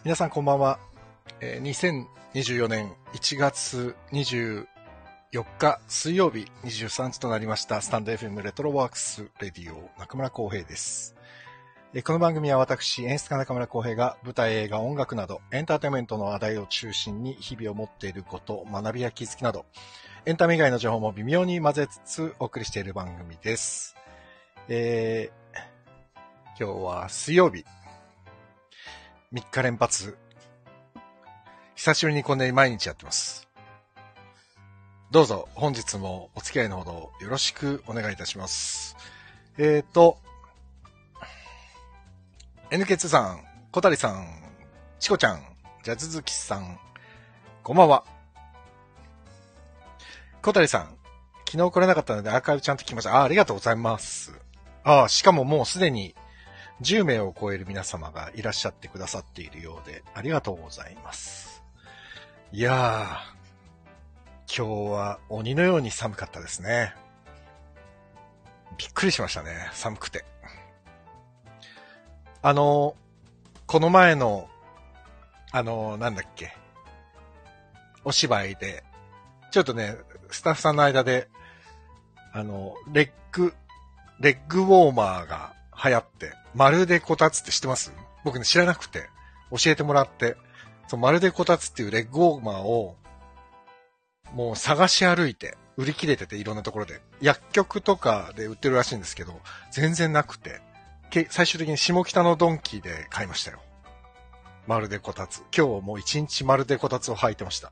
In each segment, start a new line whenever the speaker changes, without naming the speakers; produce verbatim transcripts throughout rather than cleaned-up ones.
皆さんこんばんは。えー、にせんにじゅうよねんいちがつにじゅうよっか水曜日にじゅうさんじとなりましたスタンド エフエム レトロワークスレディオ中村浩平です。えー、この番組は私演出家中村浩平が舞台、映画、音楽などエンターテインメントの話題を中心に日々を持っていること、学びや気づきなどエンタメ以外の情報も微妙に混ぜつつお送りしている番組です。えー、今日は水曜日みっか連発。久しぶりにこんなに毎日やってます。どうぞ本日もお付き合いのほどよろしくお願いいたします。えーと、エヌケーツー さん、小谷さん、チコちゃん、ジャズズキさん、こんばんは。小谷さん、昨日来れなかったのでアーカイブちゃんと聞きました。あ、ありがとうございます。あ、しかももうすでにじゅうめいを超える皆様がいらっしゃってくださっているようで、ありがとうございます。いやー、今日は鬼のように寒かったですね。びっくりしましたね、寒くて。あの、この前の、あの、なんだっけ、お芝居で、ちょっとね、スタッフさんの間で、あの、レッグ、レッグウォーマーが流行って、まるでこたつって知ってます？僕ね、知らなくて、教えてもらって、そのまるでこたつっていうレッグウォーマーを、もう探し歩いて、売り切れてていろんなところで、薬局とかで売ってるらしいんですけど、全然なくて、最終的に下北のドンキで買いましたよ。まるでこたつ。今日もう一日まるでこたつを履いてました。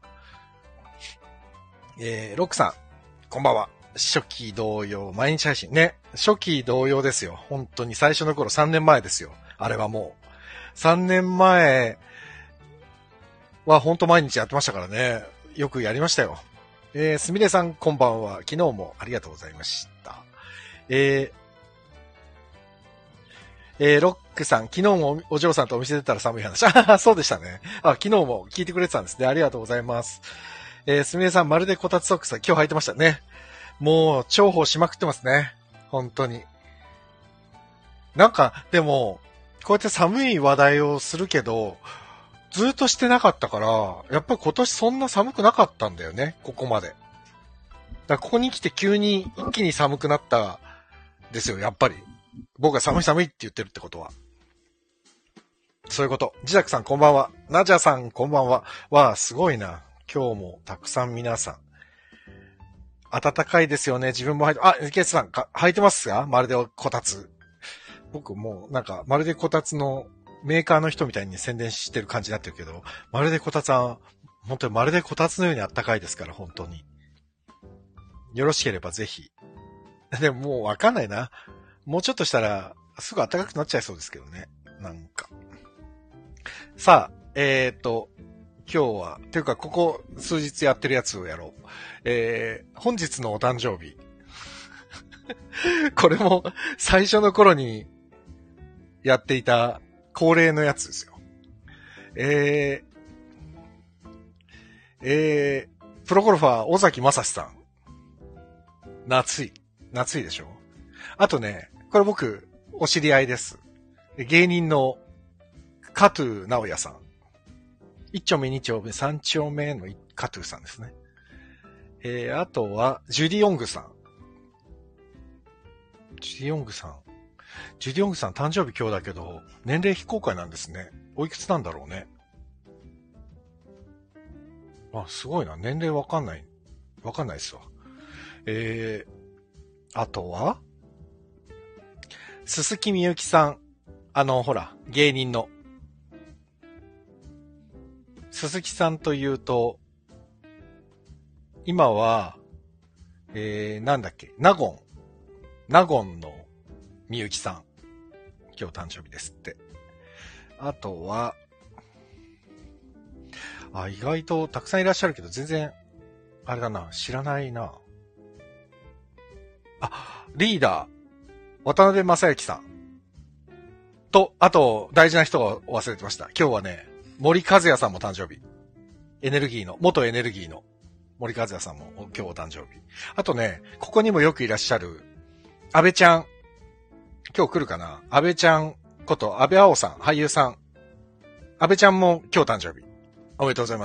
えー、ロックさん、こんばんは。初期同様、毎日配信。ね、初期同様ですよ。本当に最初の頃さんねんまえですよ。あれはもう。さんねんまえは本当毎日やってましたからね。よくやりましたよ。えー、すみれさんこんばんは。昨日もありがとうございました。えー、えー、ロックさん、昨日もお嬢さんとお店出たら寒い話。あ、そうでしたね。あ、昨日も聞いてくれてたんですね。ありがとうございます。えー、すみれさん、まるでこたつソックス、今日履いてましたね。もう、重宝しまくってますね。本当に。なんか、でも、こうやって寒い話題をするけど、ずっとしてなかったから、やっぱり今年そんな寒くなかったんだよね、ここまで。だからここに来て急に一気に寒くなったですよ、やっぱり。僕が寒い寒いって言ってるってことは。そういうこと。ジダクさんこんばんは。ナジャさんこんばんは。わあ、すごいな。今日もたくさん皆さん。暖かいですよね。自分も履いて、あ、エヌケーさんか、履いてますか？まるでこたつ。僕もうなんか、まるでこたつのメーカーの人みたいに宣伝してる感じになってるけど、まるでこたつは、本当にまるでこたつのように暖かいですから、本当に。よろしければぜひ。でももうわかんないな。もうちょっとしたら、すぐ暖かくなっちゃいそうですけどね。なんか。さあ、えーと、今日は、というかここ数日やってるやつをやろう。えー、本日のお誕生日。これも最初の頃にやっていた恒例のやつですよ。えー、えー、プロゴルファー尾崎正史さん。夏い。夏いでしょ。あとね、これ僕、お知り合いです。芸人の加藤直也さん。一丁目二丁目三丁目の加藤さんですね。えー、あとは、ジュディ・オングさん。ジュディ・オングさん。ジュディ・オングさん誕生日今日だけど、年齢非公開なんですね。おいくつなんだろうね。あ、すごいな。年齢わかんない。わかんないですわ。えー、あとは、鈴木みゆきさん。あの、ほら、芸人の。鈴木さんというと、今は、えー、なんだっけ、納言。納言のみゆきさん。今日誕生日ですって。あとは、あ、意外とたくさんいらっしゃるけど、全然、あれだな、知らないな。あ、リーダー、渡辺正行さん。と、あと、大事な人を忘れてました。今日はね、森和也さんも誕生日。エネルギーの、元エネルギーの森和也さんも今日お誕生日。あとね、ここにもよくいらっしゃる、安倍ちゃん。今日来るかな？安倍ちゃんこと安倍青さん、俳優さん。 安倍ちゃんも今日誕生日。おめでとうございます。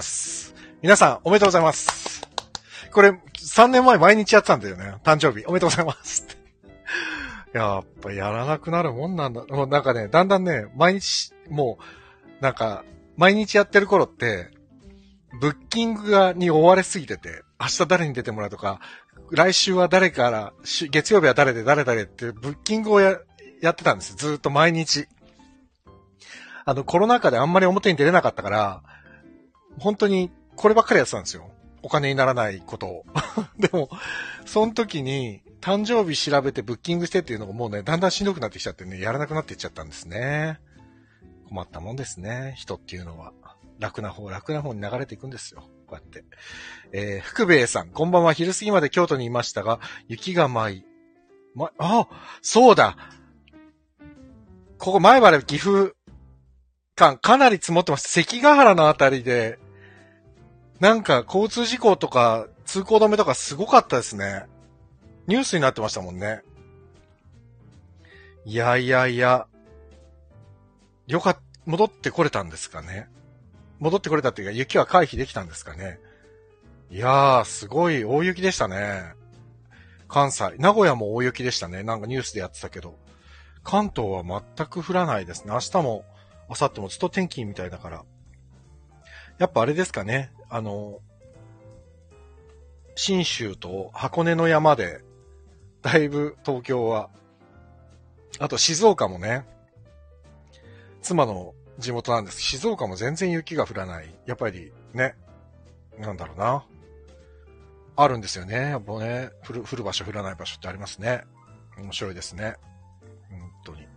皆さん、おめでとうございます。これ、さんねんまえ毎日やってたんだよね。誕生日、おめでとうございます。やっぱやらなくなるもんなんだ。もうなんかね、だんだんね、毎日、もう、なんか、毎日やってる頃って、ブッキングがに追われすぎてて、明日誰に出てもらうとか、来週は誰から、月曜日は誰で誰々ってブッキングをや、やってたんですよ。ずーっと毎日。あの、コロナ禍であんまり表に出れなかったから、本当にこればっかりやってたんですよ。お金にならないことを。でも、その時に、誕生日調べてブッキングしてっていうのがもうね、だんだんしんどくなってきちゃってね、やらなくなっていっちゃったんですね。困ったもんですね、人っていうのは。楽な方、楽な方に流れていくんですよ。こうやって。えー、福兵衛さん、こんばんは。昼過ぎまで京都にいましたが、雪が舞い、ま、あ、そうだ。ここ前原岐阜間かなり積もってます。関ヶ原のあたりで、なんか交通事故とか通行止めとかすごかったですね。ニュースになってましたもんね。いやいやいや。よかっ、戻ってこれたんですかね。戻ってこれたっていうか、雪は回避できたんですかね。いやー、すごい大雪でしたね。関西。名古屋も大雪でしたね。なんかニュースでやってたけど。関東は全く降らないですね。明日も、明後日もずっと天気みたいだから。やっぱあれですかね。あの、信州と箱根の山で、だいぶ東京は、あと静岡もね、妻の地元なんです。静岡も全然雪が降らない。やっぱりね、なんだろうな。あるんですよね。やっぱね、降る、降る場所降らない場所ってありますね。面白いですね。本当に。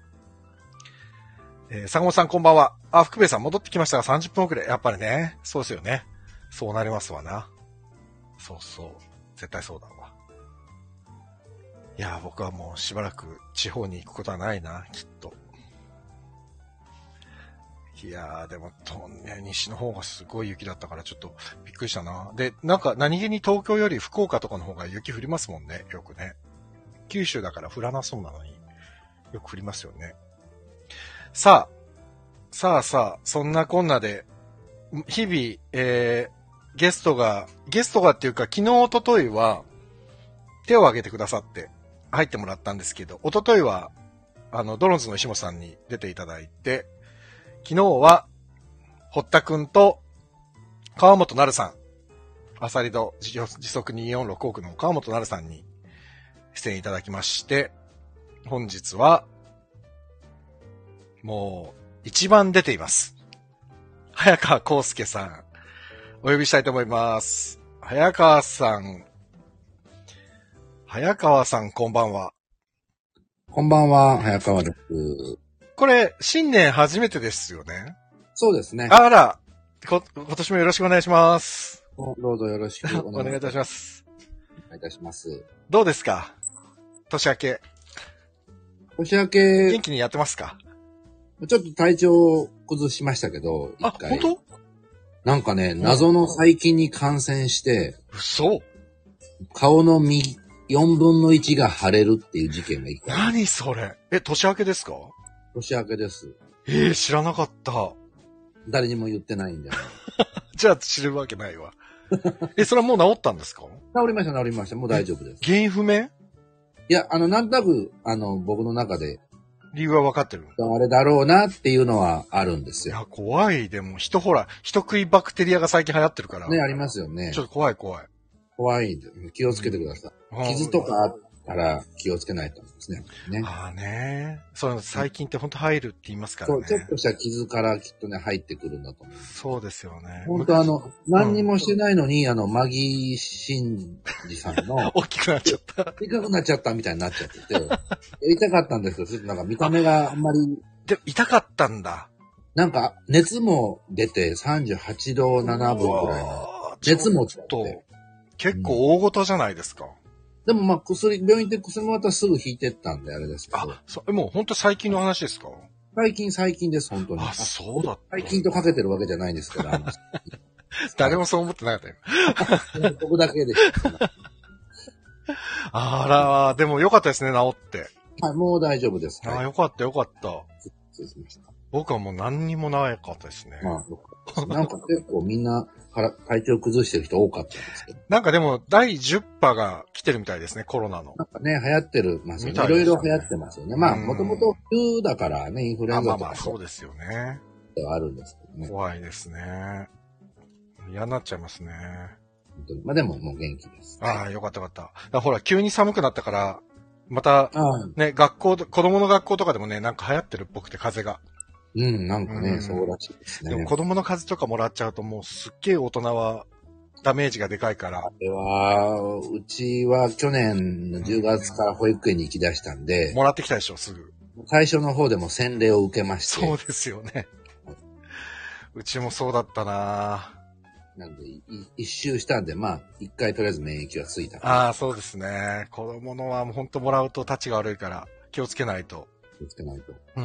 えー、坂本さんこんばんは。あ、福部さん戻ってきましたがさんじゅっぷん遅れ。やっぱりね、そうですよね。そうなりますわな。そうそう。絶対そうだわ。いやー、僕はもうしばらく地方に行くことはないな、きっと。いやー、でも、とね、西の方がすごい雪だったからちょっとびっくりしたな。で、なんか何気に東京より福岡とかの方が雪降りますもんね、よくね。九州だから降らなそうなのに、よく降りますよね。さあ、さあさあ、そんなこんなで、日々、えー、ゲストが、ゲストがっていうか、昨日、おとといは、手を挙げてくださって、入ってもらったんですけど、おとといは、あの、ドロンズの石本さんに出ていただいて、昨日は、堀田くんと、川本なるさん、アサリド時速にひゃくよんじゅうろくおくの川本なるさんに出演いただきまして、本日は、もう、一番出ています。早川康介さん、お呼びしたいと思います。早川さん、早川さんこんばんは。
こんばんは、早川です。
これ、新年初めてですよね。
そうですね。
あら、こ、今年もよろしくお願いします。
どうぞよろしく
お願いいたします。
お願いいたします。
どうですか？年明け。
年明け。
元気にやってますか？
ちょっと体調崩しましたけど、
あ、本当？
なんかね、謎の細菌に感染して、
嘘？
顔の右、よんぶんのいちが腫れるっていう事件が一回。
何それ？え、年明けですか？
年明けです。
えー、知らなかった。
誰にも言ってないんだよ。
じゃあ知るわけないわ。え、それはもう治ったんですか？
治りました、治りました。もう大丈夫です。
原因不明？
いや、あの、なんとなく、あの、僕の中で、
理由は分かってる。
あれだろうなっていうのはあるんですよ。
いや、怖い。でも、人ほら、人食いバクテリアが最近流行ってるから。
ね、ありますよね。
ちょっと怖い怖い。
怖いんで、気をつけてください。うん、傷とかあったら気をつけないと思うんですね。ね。
ああね。そういうの最近って本当入るって言いますからね。
そう、ちょっとした傷からきっとね、入ってくるんだと思う。
そうですよね。
本当あの、何にもしてないのに、うん、あの、マギー真司さんの、
大きくなっちゃった。
でかくなっちゃったみたいになっちゃってて、痛かったんですけど、ちょっとなんか見た目があんまり。
でも痛かったんだ。
なんか、熱も出てさんじゅうはちどななぶんくらいの。熱もちょっと。
結構大ごとじゃないですか。うん、
でもまあ薬、病院で薬もらったらすぐ引いてったんであれですけど。
あ、そもう本当最近の話ですか？
最近最近です、本当に。
あ、そうだった。
最近とかけてるわけじゃないんですけど。
誰もそう思ってなかったよ。
僕だけで。
あら、でもよかったですね、治って。
はい、もう大丈夫です。
はい、あ、よかったよかった。 僕はもう何にもなかったですね。
まあ、なんか結構みんなから体調崩してる人多かったんですけど。
なんかでも、だいじゅっ波が来てるみたいですね、コロナの。
なんかね、流行ってるますよね。いろいろ流行ってますよね。まあ、もともと冬だからね、インフルエンザとか。
まあまあ、そうですよね。
ではあるんですけどね。
怖いですね。嫌になっちゃいますね。
本当に。まあでも、もう元気です。
ああ、よかったよかった。だからほら、急に寒くなったから、また、ね、学校、子供の学校とかでもね、なんか流行ってるっぽくて、風邪が。
うん、なんかね、
うん、
そうらしいですね。
でも子供の風邪とかもらっちゃうと、もうすっげえ大人は、ダメージがでかいから。あ
れは、うちは去年のじゅうがつから保育園に行き出したんで。
もらってきたでしょ、すぐ。
最初の方でも洗礼を受けまして。
そうですよね。うちもそうだったな
なんで、一周したんで、まあ、一回とりあえず免疫はついた。
ああ、そうですね。子供のはもうほんともらうと立ちが悪いから、気をつけないと。
気をつけないと。
うん。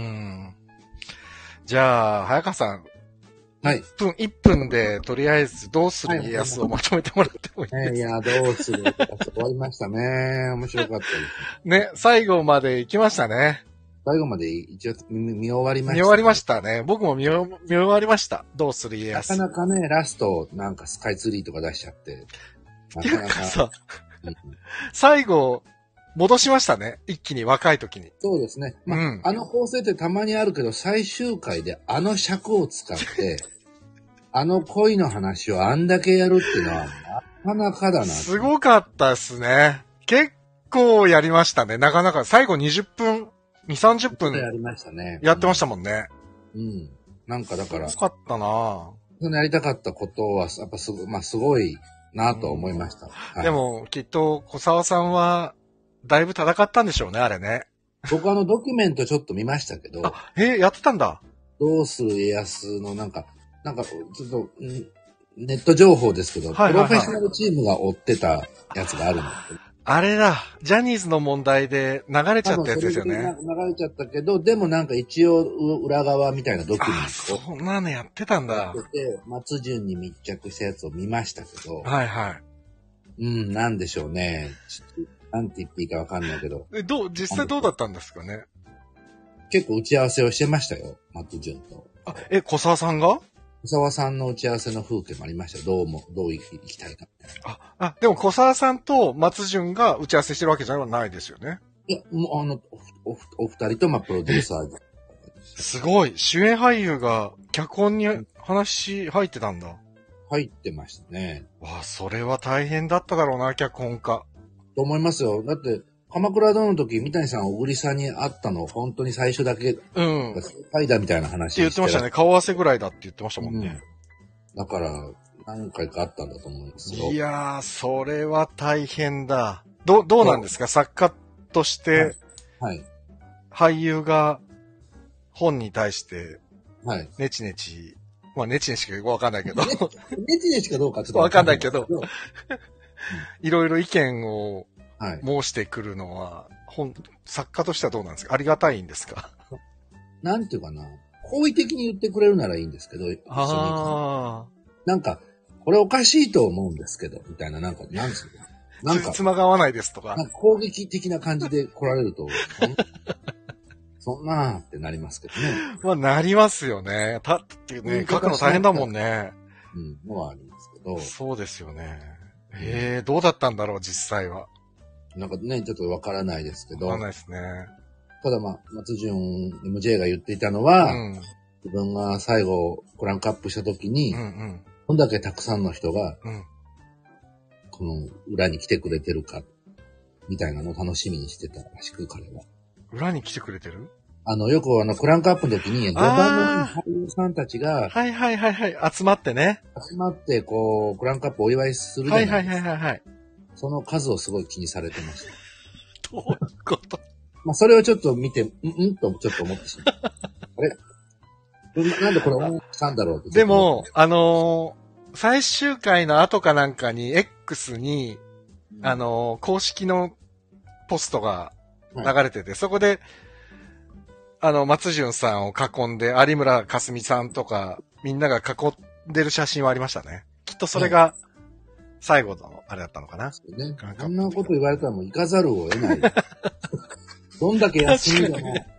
じゃあ、早川さん。
はい。
いっぷん、いっぷんで、とりあえず、どうする家康をまとめてもらってもいいですか、
いや、どうする終わりましたね。面白かったです。
ね、最後まで行きましたね。
最後まで一応見、見終わりました、
ね。見終わりましたね。僕も見見終わりました。どうする家康。
なかなかね、ラスト、なんかスカイツリーとか出しちゃって。
なかなかさ、うん、最後、戻しましたね。一気に若い時に。
そうですね。まあ、うん、あの構成ってたまにあるけど、最終回であの尺を使って、あの恋の話をあんだけやるっていうのは、なかなかだな。
すごかったですね。結構やりましたね。なかなか、最後にじゅっぷん、にじゅう、さんじゅっぷん。
やりましたね。
やってましたもんね。
うん。うん、なんかだから。
すごかったな
そのやりたかったことは、やっぱすご、まあ、すごいなと思いました。うん
はい、でも、きっと、小沢さんは、だいぶ戦ったんでしょうね、あれね。
僕あのドキュメントちょっと見ましたけど。
あ、えー、やってたんだ。
どうする家康のなんか、なんか、ちょっと、ネット情報ですけど、はいはいはい、プロフェッショナルチームが追ってたやつがあるんですけど。
あれだ、ジャニーズの問題で流れちゃったやつですよね。
流れちゃったけど、でもなんか一応裏側みたいなドキュメン
トを。そんなのやってたんだ。やって
て、松潤に密着したやつを見ましたけど。
はいはい。
うん、なんでしょうね。なんて言っていいかわかんないけど。
え、どう、実際どうだったんですかね。
結構打ち合わせをしてましたよ、松潤と。
あ、え、小沢さんが
小沢さんの打ち合わせの風景もありましたよ。どうも、どう行きたいか。
あ、あ、でも小沢さんと松潤が打ち合わせしてるわけじゃないですよね。
いや、もうあの、お、お、お二人と、まあ、プロデューサーで。
すごい。主演俳優が脚本に話入ってたんだ。
入ってましたね。
わあ、それは大変だっただろうな、脚本家。
と思いますよ。だって、鎌倉殿の時、三谷さん、小栗さんに会ったの、本当に最初だけ、
うん。
はいだみたいな話
って言ってましたね。顔合わせぐらいだって言ってましたもんね。
うん、だから、何回かあったんだと思うんですよ。
いやー、それは大変だ。ど、どうなんですか作家として、
はい。
俳優が本に対して、
はい。
ネチネチ、まあネチネチかわかんないけど。
ネチネチかどうかちょっと
わかんないけど、いろいろ意見を申してくるのは、本、作家としてはどうなんですかありがたいんですか
なんていうかな。好意的に言ってくれるならいいんですけど、一緒に。なんか、これおかしいと思うんですけど、みたいな、なんか、なんですか
なんか、つまが合わないですとか。
なんか攻撃的な感じで来られると、そんなーってなりますけどね。
まあ、なりますよね。たっていうね、書くの大変だもんね。
うん、のはありますけど。
そうですよね。へえ、どうだったんだろう、実際は。
なんかね、ちょっとわからないですけど。
わかんないですね。
ただまあ、松潤 エムジェー が言っていたのは、うん、自分が最後、クランクアップした時に、うんうん、どんだけたくさんの人が、うん、この裏に来てくれてるか、みたいなのを楽しみにしてたらしく、彼は。
裏に来てくれてる
あの、よくあの、クランクアップの時に、ごばんの俳優さんたちが、
はいはいはいはい、集まってね。
集まって、こう、クランクアップお祝いするじゃないですか。
はいはいはいはい。
その数をすごい気にされてました。
どういうこと
まあ、それをちょっと見て、うんうんとちょっと思ってしまう。あれなんでこれ思ったんだろうって。
でも、あのー、最終回の後かなんかに、X に、うん、あのー、公式のポストが流れてて、はい、そこで、あの、松潤さんを囲んで、有村架純さんとか、みんなが囲んでる写真はありましたね。きっとそれが、最後の、あれだったのかな。
ね。こんなこと言われたらもう行かざるを得ない。どんだけ休みでも、僕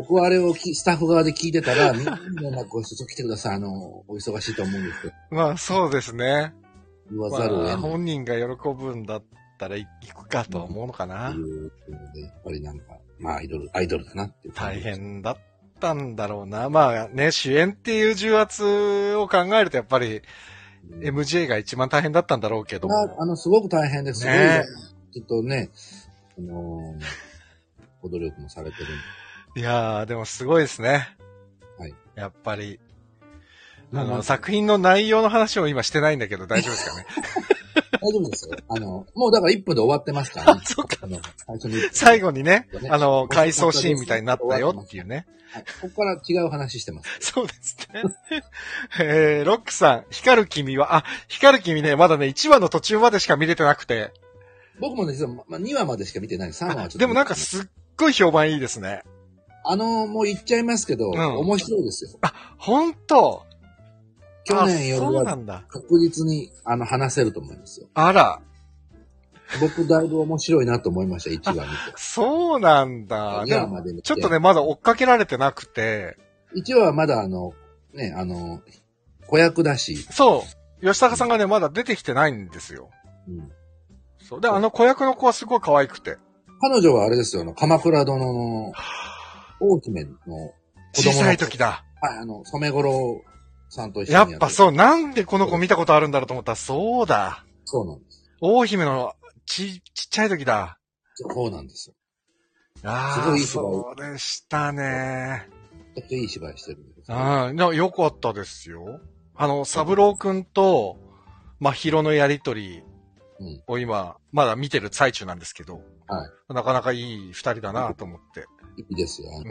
僕はあれをきスタッフ側で聞いてたら、みんな連絡をして来てください。あの、お忙しいと思うんですけど。
まあそうですね。
言わざるを得ない。
まあ、本人が喜ぶんだったら行くかと思うのかな。
っていうので、やっぱりなんか、まあアイドル、アイドルだなっていう感じ。
大変だったんだろうな。まあね、主演っていう重圧を考えるとやっぱり、うん、エムジェー が一番大変だったんだろうけども。
あ, あの、すごく大変です。ね、すごい、ちょっとね、あのー、ご努力もされてるん
で。いやー、でもすごいですね。
はい。
やっぱり。あの、作品の内容の話を今してないんだけど大丈夫ですかね。
大丈夫ですよ。あの、もうだからいっぷんで終わってますからね。
そうか。
あの最初に
最後にね、あの、回想シーンみたいになったよっていうね。
はい、ここから違う話してます。
そうですね。えー、ロックさん、光る君は、あ、光る君ね、まだね、いちわの途中までしか見れてなくて。
僕もね、実は、まあ、にわまでしか見てない。さんわはちょっと。
でもなんかすっごい評判いいですね。
あの、もう言っちゃいますけど、うん、面白いですよ。
あ、ほんと
去年よりは確実にあの話せると思いますよ。
あら。
僕だいぶ面白いなと思いました、いちわ見て。
そうなんだ。
にわまで見て。
ちょっとね、まだ追っかけられてなくて。
いちわはまだあの、ね、あの、子役だし。
そう。吉高さんがね、まだ出てきてないんですよ。うん。そう。で、あの子役の子はすごい可愛くて。
彼女はあれですよ、あの、鎌倉殿の大姫の子供の
小さい時だ。
はい、あの、染五郎さんと一緒に
やっぱそう、なんでこの子見たことあるんだろうと思ったら、そうだ。
そうなんです。
大姫のち、ちっちゃい時だ。
そうなんですよ。
ああ、すごいいい芝居。そうでしたね。
ちょっといい芝居してるんです、
ね。ああ、よかったですよ。あの、サブローくんと、まひろのやりとりを今、まだ見てる最中なんですけど、
はい。
なかなかいい二人だなと思って。
いいですよ。
うん。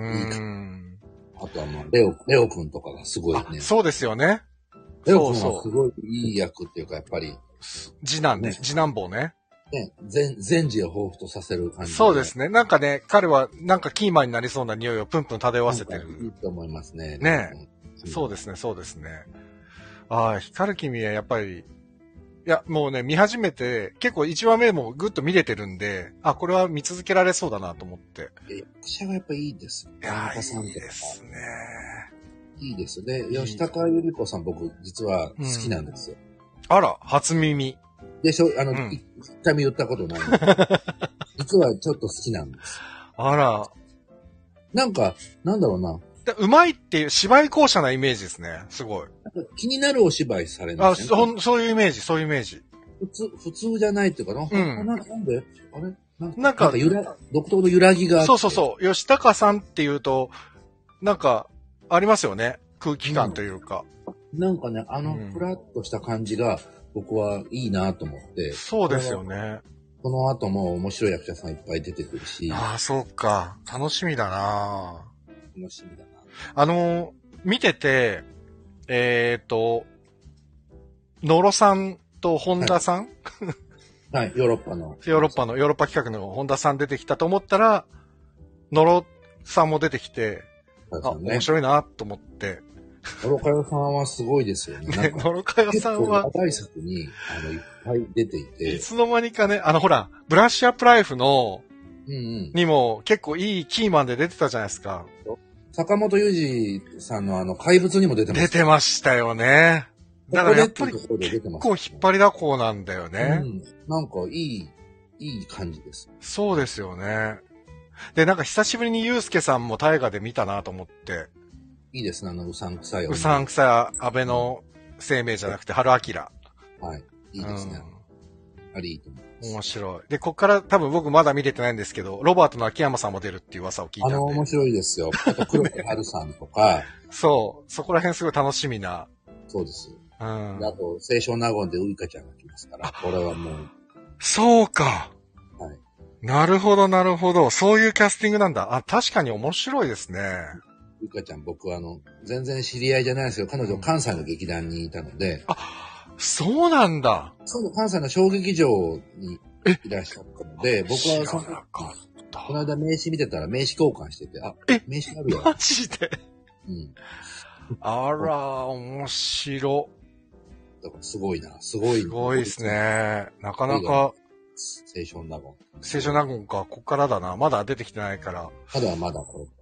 あとはまあ、レオ、レオくんとかがすごいね。
そうですよね。
レオくんはすごいいい役っていうか、やっぱり。
次男ね。次男坊ね。
ね、全、全治を彷彿とさせる感じ。
そうですね。なんかね、彼はなんかキーマンになりそうな匂いをプンプン漂わせてる。
いいと思いますね。
ねえ。そうですね、そうですね。ああ、光る君はやっぱり、いや、もうね、見始めて、結構いちわめもぐっと見れてるんで、あ、これは見続けられそうだなと思って。
役者がやっぱいいです。
いやー、いいですね。
いいですね。吉高由里子さん僕実は好きなんですよ。
うん、あら、初耳。
でしょ、あの、一、うん、回も言ったことない実はちょっと好きなんです。
あら。
なんか、なんだろうな。
うまいっていう芝居校舎なイメージですね。すごい。
気になるお芝居されない、
ね。あ、そ、そういうイメージ、そういうイメージ。
普通、普通じゃないっていうかな。
うん。
な, なんであれなんか、
なんか、
なんかゆら独特の揺らぎがあって。
そうそうそう。吉高さんっていうと、なんか、ありますよね。空気感というか。
うん、なんかね、あの、ふらっとした感じが、僕はいいなと思って。
そうですよね。
この後も面白い役者さんいっぱい出てくるし。
ああ、そうか。楽しみだな
楽しみだな。
あの、見てて、えっ、ー、と、野呂さんと本田さん、
はい、はい、ヨーロッパの。
ヨーロッパの、ヨーロッパ企画の本田さん出てきたと思ったら、野呂さんも出てきて、ね、あ、面白いなと思って。
野呂佳代さんはすごいですよね。
ね、野呂佳代さんは。
話題作に、あの、いっぱい出ていて。
いつの間にかね、あの、ほら、ブラッシュアップライフの、
うんうん、
にも結構いいキーマンで出てたじゃないですか。
坂本裕二さんのあの、怪物にも出てました。
出てましたよね。だからやっぱり、結構引っ張りだこなんだよね。
うん。なんかいい、いい感じです。
そうですよね。で、なんか久しぶりにユースケさんも大河で見たなと思って。
いいですね、あの、うさんくさい。
うさんくさい安倍の生命じゃなくて、春明。
はい。いいですね。うん、あれいいと思います。
面白い。で、こっから多分僕まだ見れてないんですけど、ロバートの秋山さんも出るっていう噂を聞いたんで。
あの、面白いですよ。あと、黒木春さんとか。
そう。そこら辺すごい楽しみな。
そうです。
うん。
あと、清少納言でウイカちゃんが来ますから、これはもう。
そうか。
はい。
なるほど、なるほど。そういうキャスティングなんだ。あ、確かに面白いですね。
ウイカちゃん、僕はあの、全然知り合いじゃないですけど、彼女関西の劇団にいたので。
あ、そうなんだ。
そう、関西の小劇場にいらっしゃったので、僕はその、この間名刺見てたら名刺交換してて、あ、え名刺あるよ。
マジで
うん。
あら、面白。
だからすごいな、すごい。
すごいですね。なかなか。
清少納言。
清少納言か、こっからだな。まだ出てきてないから。
まだまだこれ。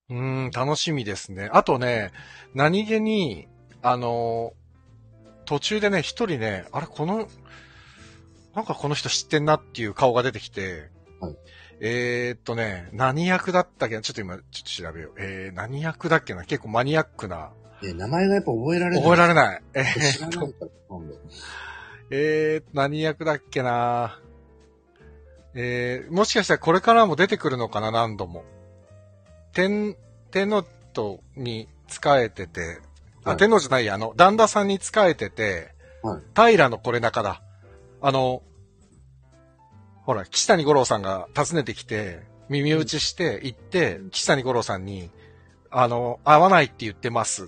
うーん、楽しみですね。あとね、何気に、あの、途中でね、一人ね、あれ、この、なんかこの人知ってんなっていう顔が出てきて、
はい、
えーっとね、何役だったっけな、ちょっと今、ちょっと調べよう。えー、何役だっけな、結構マニアックな。
え、名前がやっぱ覚えられない。
覚えられない。えー、
知らないから、今度。
えー、何役だっけな。えー、もしかしたらこれからも出てくるのかな、何度も。天、天皇とに仕えてて、あ、はい、天皇じゃないや、あの、旦那さんに仕えてて、はい、平のこれ中だ。あの、ほら、岸谷五郎さんが訪ねてきて、耳打ちして行って、うん、岸谷五郎さんに、あの、会わないって言ってますって、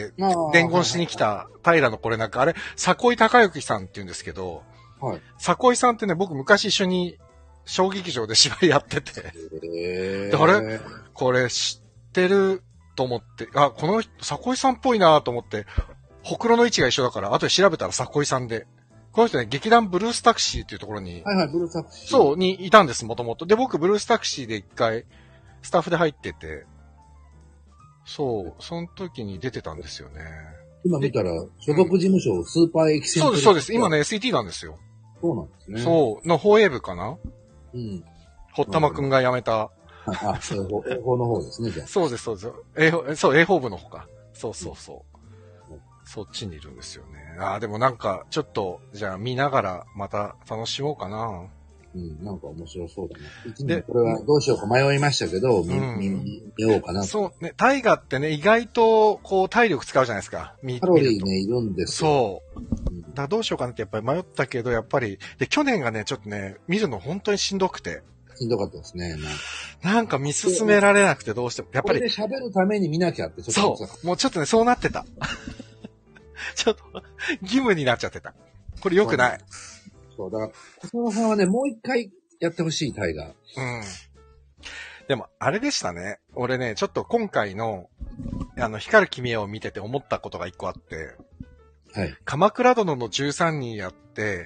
伝言しに来た平のこれ中、あれ、迫井隆之さんって言うんですけど、はい、迫井さんってね、僕昔一緒に小劇場で芝居やってて、
え
ー、あれこれ知ってると思って、あ、この人、迫井さんっぽいなと思って、ほくろの位置が一緒だから、後で調べたら迫井さんで、この人ね、劇団ブルースタクシーっていうところに、
はいはい、ブルースタクシー。
そう、にいたんです、もともと。で、僕、ブルースタクシーで一回、スタッフで入ってて、そう、その時に出てたんですよね。
今見たら、所属事務所、うん、スーパーエキセントリック。
そうです、そうです。今ね、エスイーティー なんですよ。
そうなんですね。
そう、の放映部かな
うん。
堀玉くんが辞めた。
あ、英法、英法の方ですね、じゃあ。
そうです、そうです。英法、そう、英法部の方か。そうそうそう。うん、そっちにいるんですよね。ああ、でもなんか、ちょっと、じゃあ見ながらまた楽しもうかな。
うん、なんか面白そうだね。で、これはどうしようか迷いましたけど、うん、見、見ようかな。
そうね、大河ってね、意外と、こう、体力使うじゃないですか。
カロリーね、いるんです
よ。そう。うん、だからどうしようかなってやっぱり迷ったけど、やっぱり、で、去年がね、ちょっとね、見るの本当にしんどくて。
しんどかったですね。なんか、
なんか見進められなくてどうしても。やっぱり。
これで喋るために見なきゃって
ちょっと。そう。もうちょっとね、そうなってた。ちょっと、義務になっちゃってた。これ良くない。
そう、だから、細野さんはね、もう一回やってほしい、タイガー。
うん。でも、あれでしたね。俺ね、ちょっと今回の、あの、光る君へを見てて思ったことが一個あって。
はい。
鎌倉殿のじゅうさんにんやって、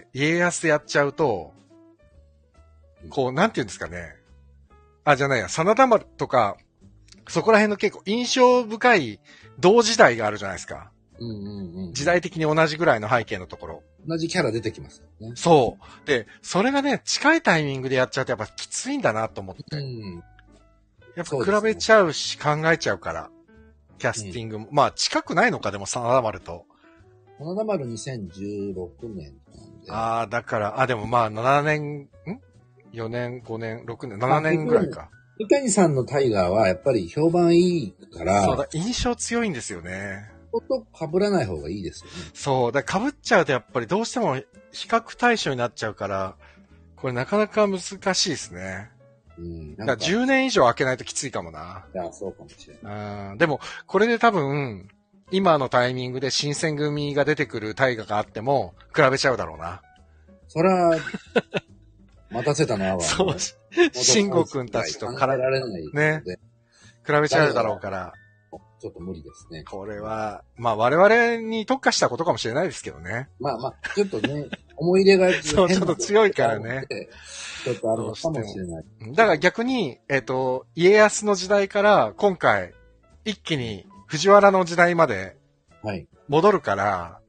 家康やっちゃうと、こう、なんていうんですかね。あ、じゃないや、真田丸とか、そこら辺の結構印象深い同時代があるじゃないですか。
うんうんうん、
時代的に同じぐらいの背景のところ。
同じキャラ出てきますね。
そう。で、それがね、近いタイミングでやっちゃうとやっぱきついんだなと思って。うん、やっぱ比べちゃうし、考えちゃうから。キャスティングも。うん、まあ、近くないのか、でも、真田丸と。
真田丸にせんじゅうろくねんなんで。
ああ、だから、あ、でもまあ、ななねん、ん ?よ 年、ごねん、ろくねん、ななねんぐらいか。
三谷さんのタイガーはやっぱり評判いいから。
そうだ、印象強いんですよね。
と被らない方がいいですよね。
そう、だから被っちゃうとやっぱりどうしても比較対象になっちゃうから、これなかなか難しいですね。うん。だからじゅうねん以上空けないときついかもな。
いや、そうかもしれない。
うん。でも、これで多分、今のタイミングで新選組が出てくる大河があっても、比べちゃうだろうな。
そら、待たせたな、
そう。慎吾くんたちと
考えられない。
ね。比べちゃうだろうから。
ちょっと無理ですね。
これは、まあ我々に特化したことかもしれないですけどね。
まあまあ、ちょっとね、思い入れが
そう、ちょっと強いからね。
ちょっとあるのかもしれない。
だから逆に、えっと、家康の時代から今回、一気に藤原の時代まで戻るから、はい、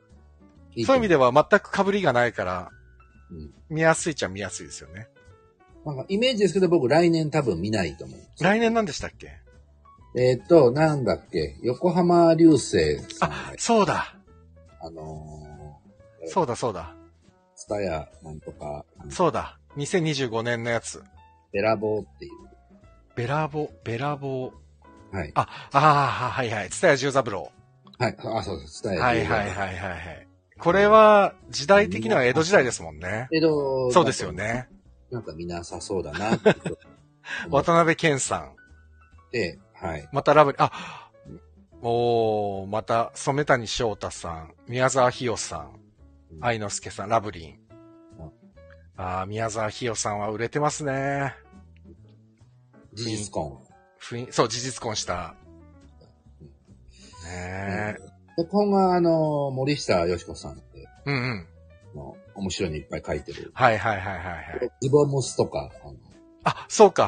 そういう意味では全く被りがないから、うん、見やすいっちゃ見やすいですよね。
なんかイメージですけど僕来年多分見ないと思う。
来年何でしたっけ？
えっと、なんだっけ、横浜流星さん。
あ、そうだ。
あの
ー、そうだそうだ。
ツタヤなんとか。
そうだ。にせんにじゅうごねんのやつ。
ベラボーっていう。
ベラボ、ベラボー。
はい。
あ、ああ、はいはい。ツタヤ十三郎。
はい。あ、そうです。ツタヤ
十三郎。はいはいはいはい。これは、時代的には江戸時代ですもんね。
江戸。
そうですよね。
なんか見なさそうだな。
渡辺謙さん。
で、はい。
またラブリー、あ、おー、また、染谷翔太さん、宮沢ひよさん、うん、愛之助さん、ラブリン。うん、あー、宮沢ひよさんは売れてますね。
事実婚。
そう、事実婚した。うん、ねえ。
で、今後あの、森下よし子さんって。
うんうん。
の面白いのいっぱい書いてる。
はいはいはいはいはい。
ジボムスとか。
あ, あ、そうか。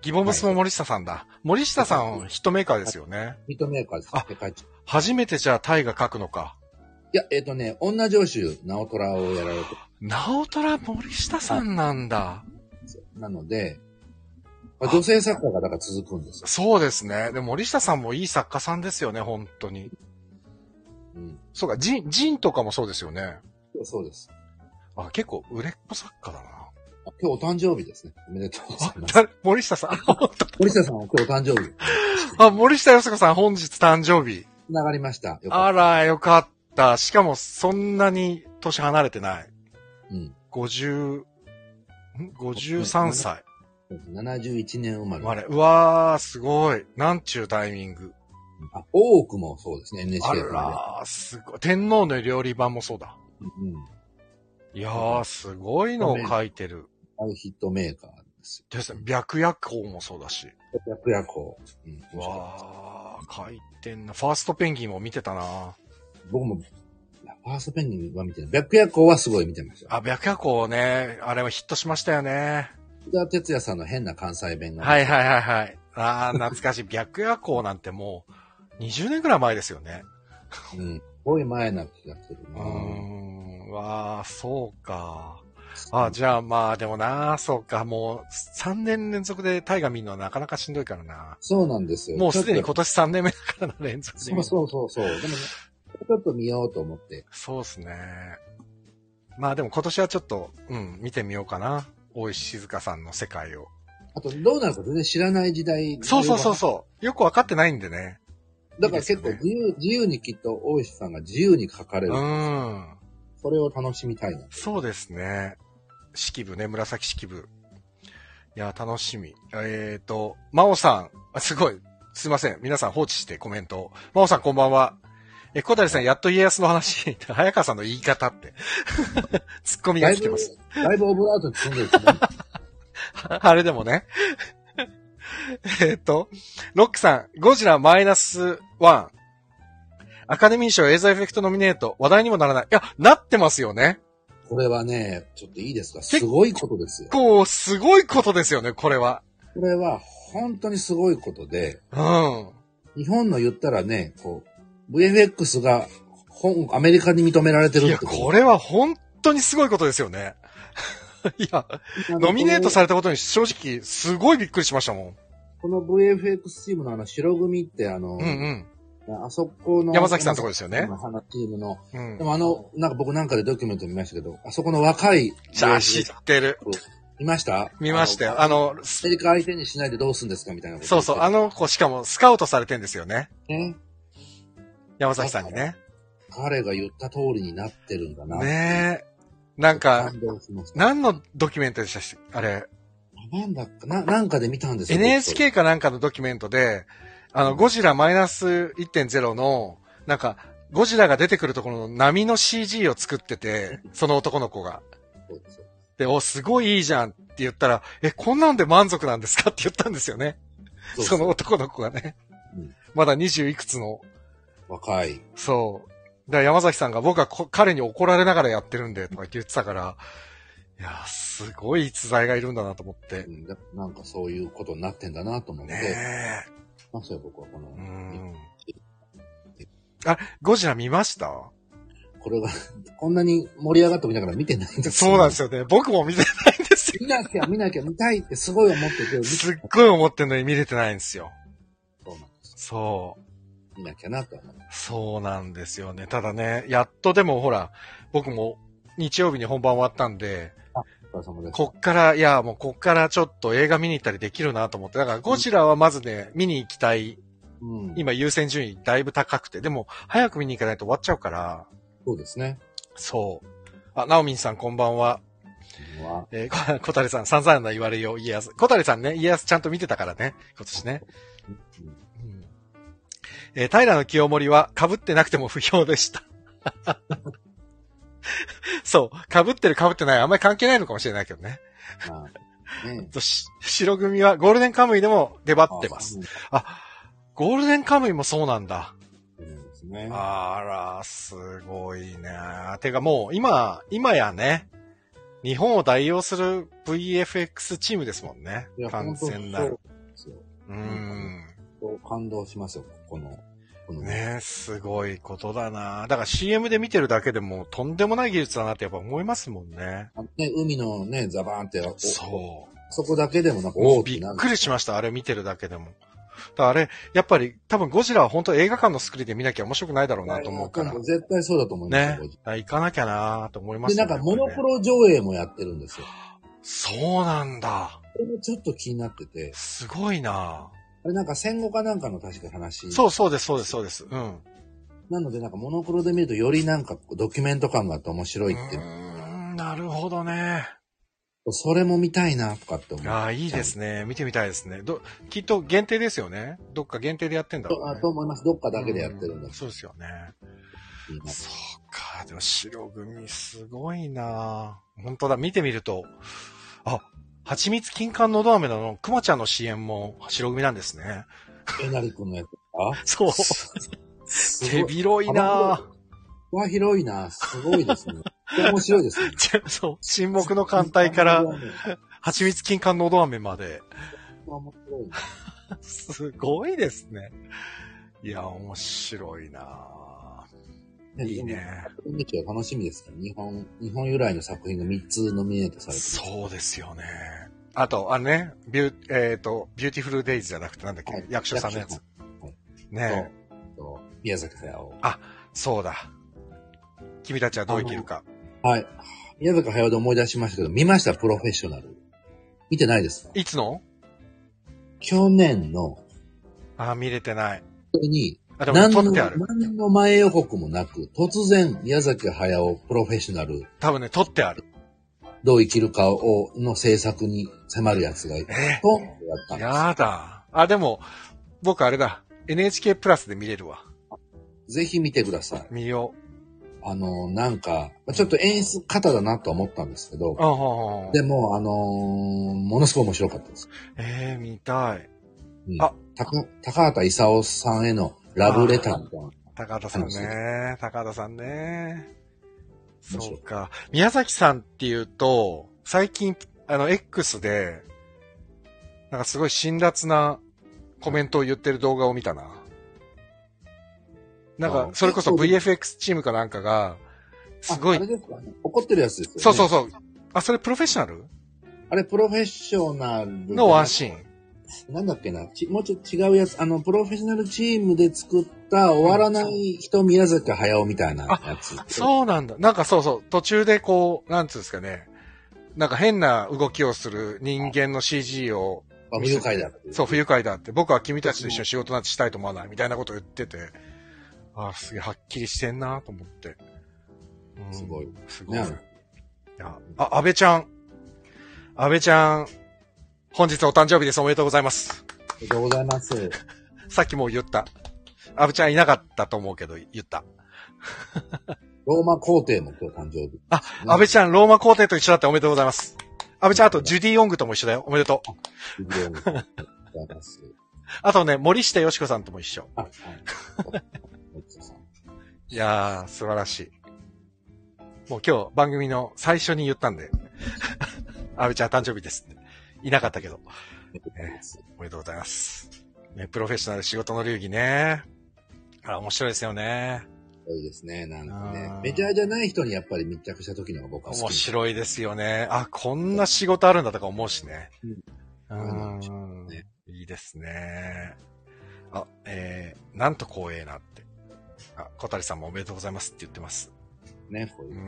ギボムスも森下さんだ。はい、森下さん、ヒットメーカーですよね。
ヒットメーカーです。
あ、初めてじゃあタイが書くのか。
いや、えっ、ー、とね、女上手、ナオトラをやられて。
ナオトラ森下さんなんだ。
なので、女性作家がだから続くんですよ。
そうですね。でも森下さんもいい作家さんですよね、本当に。うん。そうか、ジン、ジンとかもそうですよね。
そうです。
あ、結構売れっ子作家だな。
今日お誕生日ですね。おめでとうございます。
森下さん。
森下さんは今日お誕生日。
あ、森下よしこさん本日誕生日。
繋がりました。
よかった。あら、よかった。しかもそんなに年離れてない。うん。ごじゅう、ごじゅうさんさい。
ななじゅういちねん生まれ。
生まれ。うわー、すごい。なんちゅうタイミング。
あ、大奥もそうですね、エヌエイチケー
あらー、すごい。天皇の料理版もそうだ。うん。いやー、すごいのを書いてる。
大ヒットメーカーですよ。
ですね。白夜行もそうだし。
白夜行。
うん。わー、書いてんな。ファーストペンギンも見てたな。
僕も、ファーストペンギンは見てない。白夜行はすごい見てました。
あ、白夜行ね。あれはヒットしましたよね。
福田哲也さんの変な関西弁が。
はいはいはいはい。あー、懐かしい。白夜行なんてもう、にじゅうねんくらい前ですよね。
うん。すごい前な気がするな。
うーん。わー、そうか。あ、じゃあまあでもな、そうか、もうさんねん連続でタイガ見るのはなかなかしんどいからな。
そうなんですよ。
もうすでに今年さんねんめだからな、連続で。
そうそうそうそう。でもね、ちょっと見ようと思って。
そうですね。まあでも今年はちょっと、うん、見てみようかな。大石静香さんの世界を。
あと、どうなるか全然知らない時代。
そうそうそうそう。よくわかってないんでね。
だから結構自由、いいね、自由にきっと大石さんが自由に書かれる。
うん。
それを楽しみたいな。
そうですね。式部ね、紫式部。いや、楽しみ。えっ、ー、と、真央さん、あ、すごい。すいません。皆さん放置してコメント。真央さんこんばんは。え、小谷さん、やっと家康の話、早川さんの言い方って。ツッコミが来てます。
だいぶオブラートに積んでるですね。
あれでもね。えっと、ロックさん、ゴジラマイナスワン。アカデミー賞映像エフェクトノミネート。話題にもならない。いや、なってますよね。
これはね、ちょっといいですか？すごいことですよ。
結構すごいことですよね、これは。
これは本当にすごいことで、
うん。
日本の言ったらね、こう、ブイエフエックス が本、アメリカに認められてるってこと。
いや、これは本当にすごいことですよね。いや、ノミネートされたことに正直すごいびっくりしましたもん。
この ブイエフエックス チームのあの白組ってあの、うんうん、あそこの
山崎さんのとこですよね。
花チームの、うん、でもあの、なんか僕なんかでドキュメント見ましたけど、あそこの若い。
あ、知ってる。
見ました
見ましたよ。あの、
アメリカ相手にしないでどうするんですかみたいなこと。
そうそう。あの子、しかもスカウトされてんですよね。ね。山崎さんにね。
彼が言った通りになってるんだな。
ねえ。なんか、何のドキュメントでしたし、あれ。
なんだっかな、なんかで見たんですよ。
エヌエイチケー かなんかのドキュメントで、あの、ゴジラマイナス いってんゼロ の、なんか、ゴジラが出てくるところの波の シージー を作ってて、その男の子が。で、お、すごいいいじゃんって言ったら、え、こんなんで満足なんですかって言ったんですよね。そ, その男の子がね。うん、まだにじゅういくつの。
若い。
そう。だから山崎さんが僕は彼に怒られながらやってるんでとか言ってたから、いや、すごい逸材がいるんだなと思って。
うん、なんかそういうことになってんだなと思って。ねえ。まさに僕はこの。うん。
あ、ゴジラ見ました？
これが、こんなに盛り上がってみながら見てないんです
よ、ね。そうなんですよね。僕も見てないんですよ。
見なきゃ見なきゃ見たいってすごい思ってて。
すっごい思ってんのに見れてないんですよ。
そうなんです。
そう。
見なきゃなと思う。
そうなんですよね。ただね、やっとでもほら、僕も日曜日に本番終わったんで、
あ、お疲れ様です。
こっから、いや、もうこっからちょっと映画見に行ったりできるなと思って、だからゴジラはまずね、見に行きたい。うん、今優先順位だいぶ高くて、でも早く見に行かないと終わっちゃうから。
そうですね。
そう。あ、ナオミンさんこんばんは。こんばんは。えー、小谷さん、散々な言われよ、家康。小谷さんね、家康ちゃんと見てたからね、今年ね。うんうんえー、平清盛は被ってなくても不評でした。そう、被ってる被ってないあんまり関係ないのかもしれないけどね。まあね白組はゴールデンカムイでも出張ってます。あ、あゴールデンカムイもそうなんだ。
ですね、
あら、すごいね。てかもう今、今やね、日本を代表する ブイエフエックス チームですもんね。完全なる。
ですよ。
うん。
感動しますよ、この。この
ねえ、すごいことだな。だから シーエム で見てるだけでもとんでもない技術だなってやっぱ思いますもんね。
ね、海のね、ザバーンって。
そう。
そこだけでもなんか
大きくなる。びっくりしました、あれ見てるだけでも。だあれ、やっぱり多分ゴジラは本当映画館のスクリーンで見なきゃ面白くないだろうなと思うから。
絶対そうだと思います
ね。行かなきゃなと思います
ね。で、なんかモノクロ上映もやってるんですよ。
そうなんだ。
これもちょっと気になってて。
すごいな
あれなんか戦後かなんかの確か話。
そうそうです、そうです、そうです。うん。
なのでなんかモノクロで見るとよりなんかドキュメント感があって面白いっていう。う
ーん、なるほどね。
それも見たいなとかって思う。
ああ、いいですね。見てみたいですね。ど、きっと限定ですよね。どっか限定でやってんだろうね。
あと思います。どっかだけでやってるんだ。
そうですよね。いいな。そうか。でも白組すごいな本当だ。見てみると、あ、蜂蜜金柑のど飴のくまちゃんの シーエム も白組なんですね。
えなりくんのやつか
そう。手広いなぁ。
わ、広いな。すごいですね。面白いですね。
そう。沈黙の艦隊から、蜂蜜金柑のど飴まで。
面白いな。
すごいですね。いや、面白いなぁ。いいね。
楽しみですね。日本、日本由来の作品がみっつノミネートされてる。
そうですよね。あと、あのね、ビュー、えっ、ー、と、ビューティフルデイズじゃなくてなんだっけ、はい、役所さんのやつ。はい、ね
え。宮崎駿。
あ、そうだ。君たちはどう生きるか。
はい。宮崎駿で思い出しましたけど、見ましたプロフェッショナル。見てないですか？
いつの？
去年の。
あ、見れてない。
それに、
あ、でも撮ってある。
何の前予告もなく、突然、宮崎駿プロフェッショナル。
多分ね、撮ってある。
どう生きるかを、の制作に迫るやつがいて、
えー、
ポンってやったんです。
やだ。あ、でも、僕あれだ。エヌエイチケー プラスで見れるわ。
ぜひ見てください。
見よう。
あの、なんか、ちょっと演出方だなと思ったんですけど、
ああ
でも、あのー、ものすごい面白かったです。
ええー、見たい。
うん、あ、高、高畑勲さんへのラブレターみたいな。
高畑さんね。高畑さんね。そうか。宮崎さんっていうと、最近、あの、X で、なんかすごい辛辣なコメントを言ってる動画を見たな。なんか、それこそ ブイエフエックス チームかなんかが、すごい。
あれですかね。怒ってるやつですよね。
そうそうそう。あ、それプロフェッショナル？
あれプロフェッショナル
のワンシーン。
なんだっけな。ちもうちょっと違うやつ。あの、プロフェッショナルチームで作った終わらない人、宮崎駿みたいなやつ。
あ、そうなんだ。なんかそうそう。途中でこう、なんつうんですかね。なんか変な動きをする人間の シージー を。
あ、不愉快だって。
そう、不愉快だって。僕は君たちと一緒に仕事なんてしたいと思わない。みたいなことを言ってて。あ、すげえはっきりしてんなと思って。
うん、すごい。
すごい。ね、いや、あ、安倍ちゃん。安倍ちゃん、本日お誕生日です。おめでとうございます。
おめでとうございます。
さっきも言った。安倍ちゃんいなかったと思うけど、言った。
ローマ皇帝も今日誕生日、ね。
あ、安倍ちゃん、ローマ皇帝と一緒だっておめでとうございます。安倍ちゃん、あと、ジュディ・オングとも一緒だよ。おめでとう。ジュディ・オングともございます。あとね、森下よしこさんとも一緒。あ、はい。いやー、素晴らしい。もう今日番組の最初に言ったんで、安倍ちゃん誕生日ですって。いなかったけど。ね、おめでとうございます。ね、プロフェッショナル仕事の流儀ね。あ、面白いですよね。
いいですね。なんかね。メジャーじゃない人にやっぱり密着した時のが僕は好き。
面白いですよね。あ、こんな仕事あるんだとか思うしね。うん。うんね、いいですね。あ、えー、なんと光栄なって。あ、小谷さんもおめでとうございますって言ってます。
ね、こういう。
うん。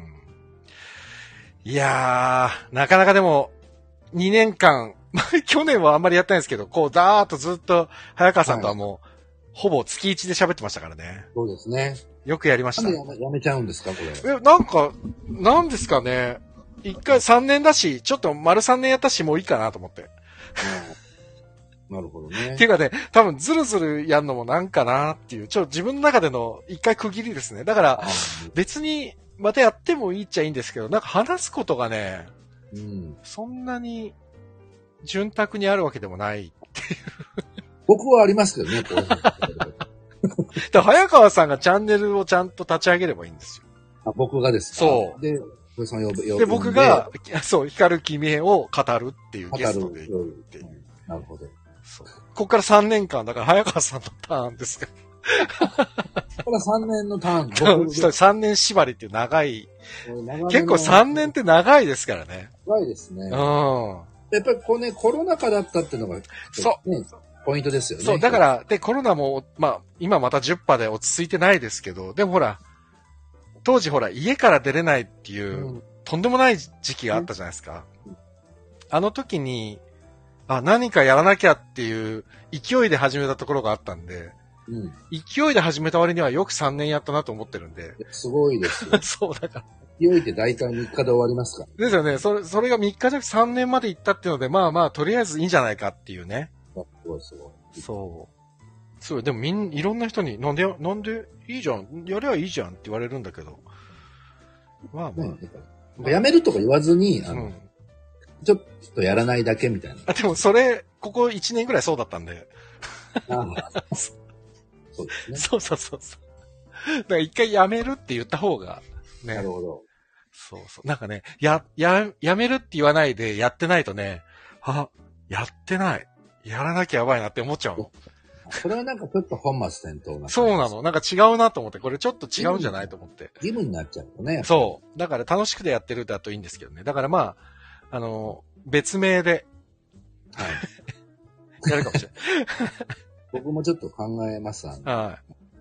いやー、なかなかでも、にねんかん、去年はあんまりやってないんですけど、こう、だーっとずっと、早川さんとはもう、はい、ほぼ月いちで喋ってましたからね。
そうですね。
よくやりました。
なんでやめ、やめちゃうんですか、これ。
え、なんか、なんですかね。一回さんねんだし、ちょっと丸さんねんやったし、もういいかなと思って。
うん、なるほどね。
っていうかね、多分ずるずるやんのもなんかなっていう、ちょっと自分の中での一回区切りですね。だから、別に、またやってもいいっちゃいいんですけど、なんか話すことがね、うん、そんなに、潤沢にあるわけでもないっていう。
僕はありますけどね、こういう
だ早川さんがチャンネルをちゃんと立ち上げればいいんですよ。
あ、僕がですか？
そう。
で、その呼ぶ呼ぶ
で、僕が、そう、光る君へを語るっていうゲストで。
なるほど。
そう。ここからさんねんかん、だから早川さんのターンですか。
これさんねんのターン。
さんねん縛りっていう長い。結構さんねんって長いですからね。
長いですね。
うん。
やっぱりこうね、コロナ禍だったっていうのが、
そう。
ね、ポイントですよね。
そう、だから、で、コロナも、まあ、今またじゅっパーセントで落ち着いてないですけど、でもほら、当時ほら、家から出れないっていう、うん、とんでもない時期があったじゃないですか。うん、あの時に、あ、何かやらなきゃっていう勢いで始めたところがあったんで、うん、勢いで始めた割にはよくさんねんやったなと思ってるんで。
すごいですよ。
そう、だから。
勢いで大体みっかで終わりますから、
ね。ですよね。それ、それがみっかじゃなくさんねんまで行ったっていうので、まあまあ、とりあえずいいんじゃないかっていうね。
すごいすごい。
そう。そう、でもみん、いろんな人に、なんで、なんで、いいじゃん、やればいいじゃんって言われるんだけど。まあまあ。ね、
やめるとか言わずに、あの、うん、ちょっとやらないだけみたいな。
あ、でもそれ、ここいちねんぐらいそうだったんで。
ああそうですね。
そうそうそうそう。だから一回やめるって言った方が、ね。
なるほど。
そうそう。なんかね、や、や、やめるって言わないでやってないとね、あ、やってない。やらなきゃやばいなって思っちゃうの。
これはなんかちょっと本末転倒な。
そうなの。なんか違うなと思って、これちょっと違うんじゃないと思って。
義務になっちゃうとね。
そう。だから楽しくてやってるだといいんですけどね。だからまあ、あの、別名で、はい。やるかもしれない。
僕もちょっと考えます。
はい。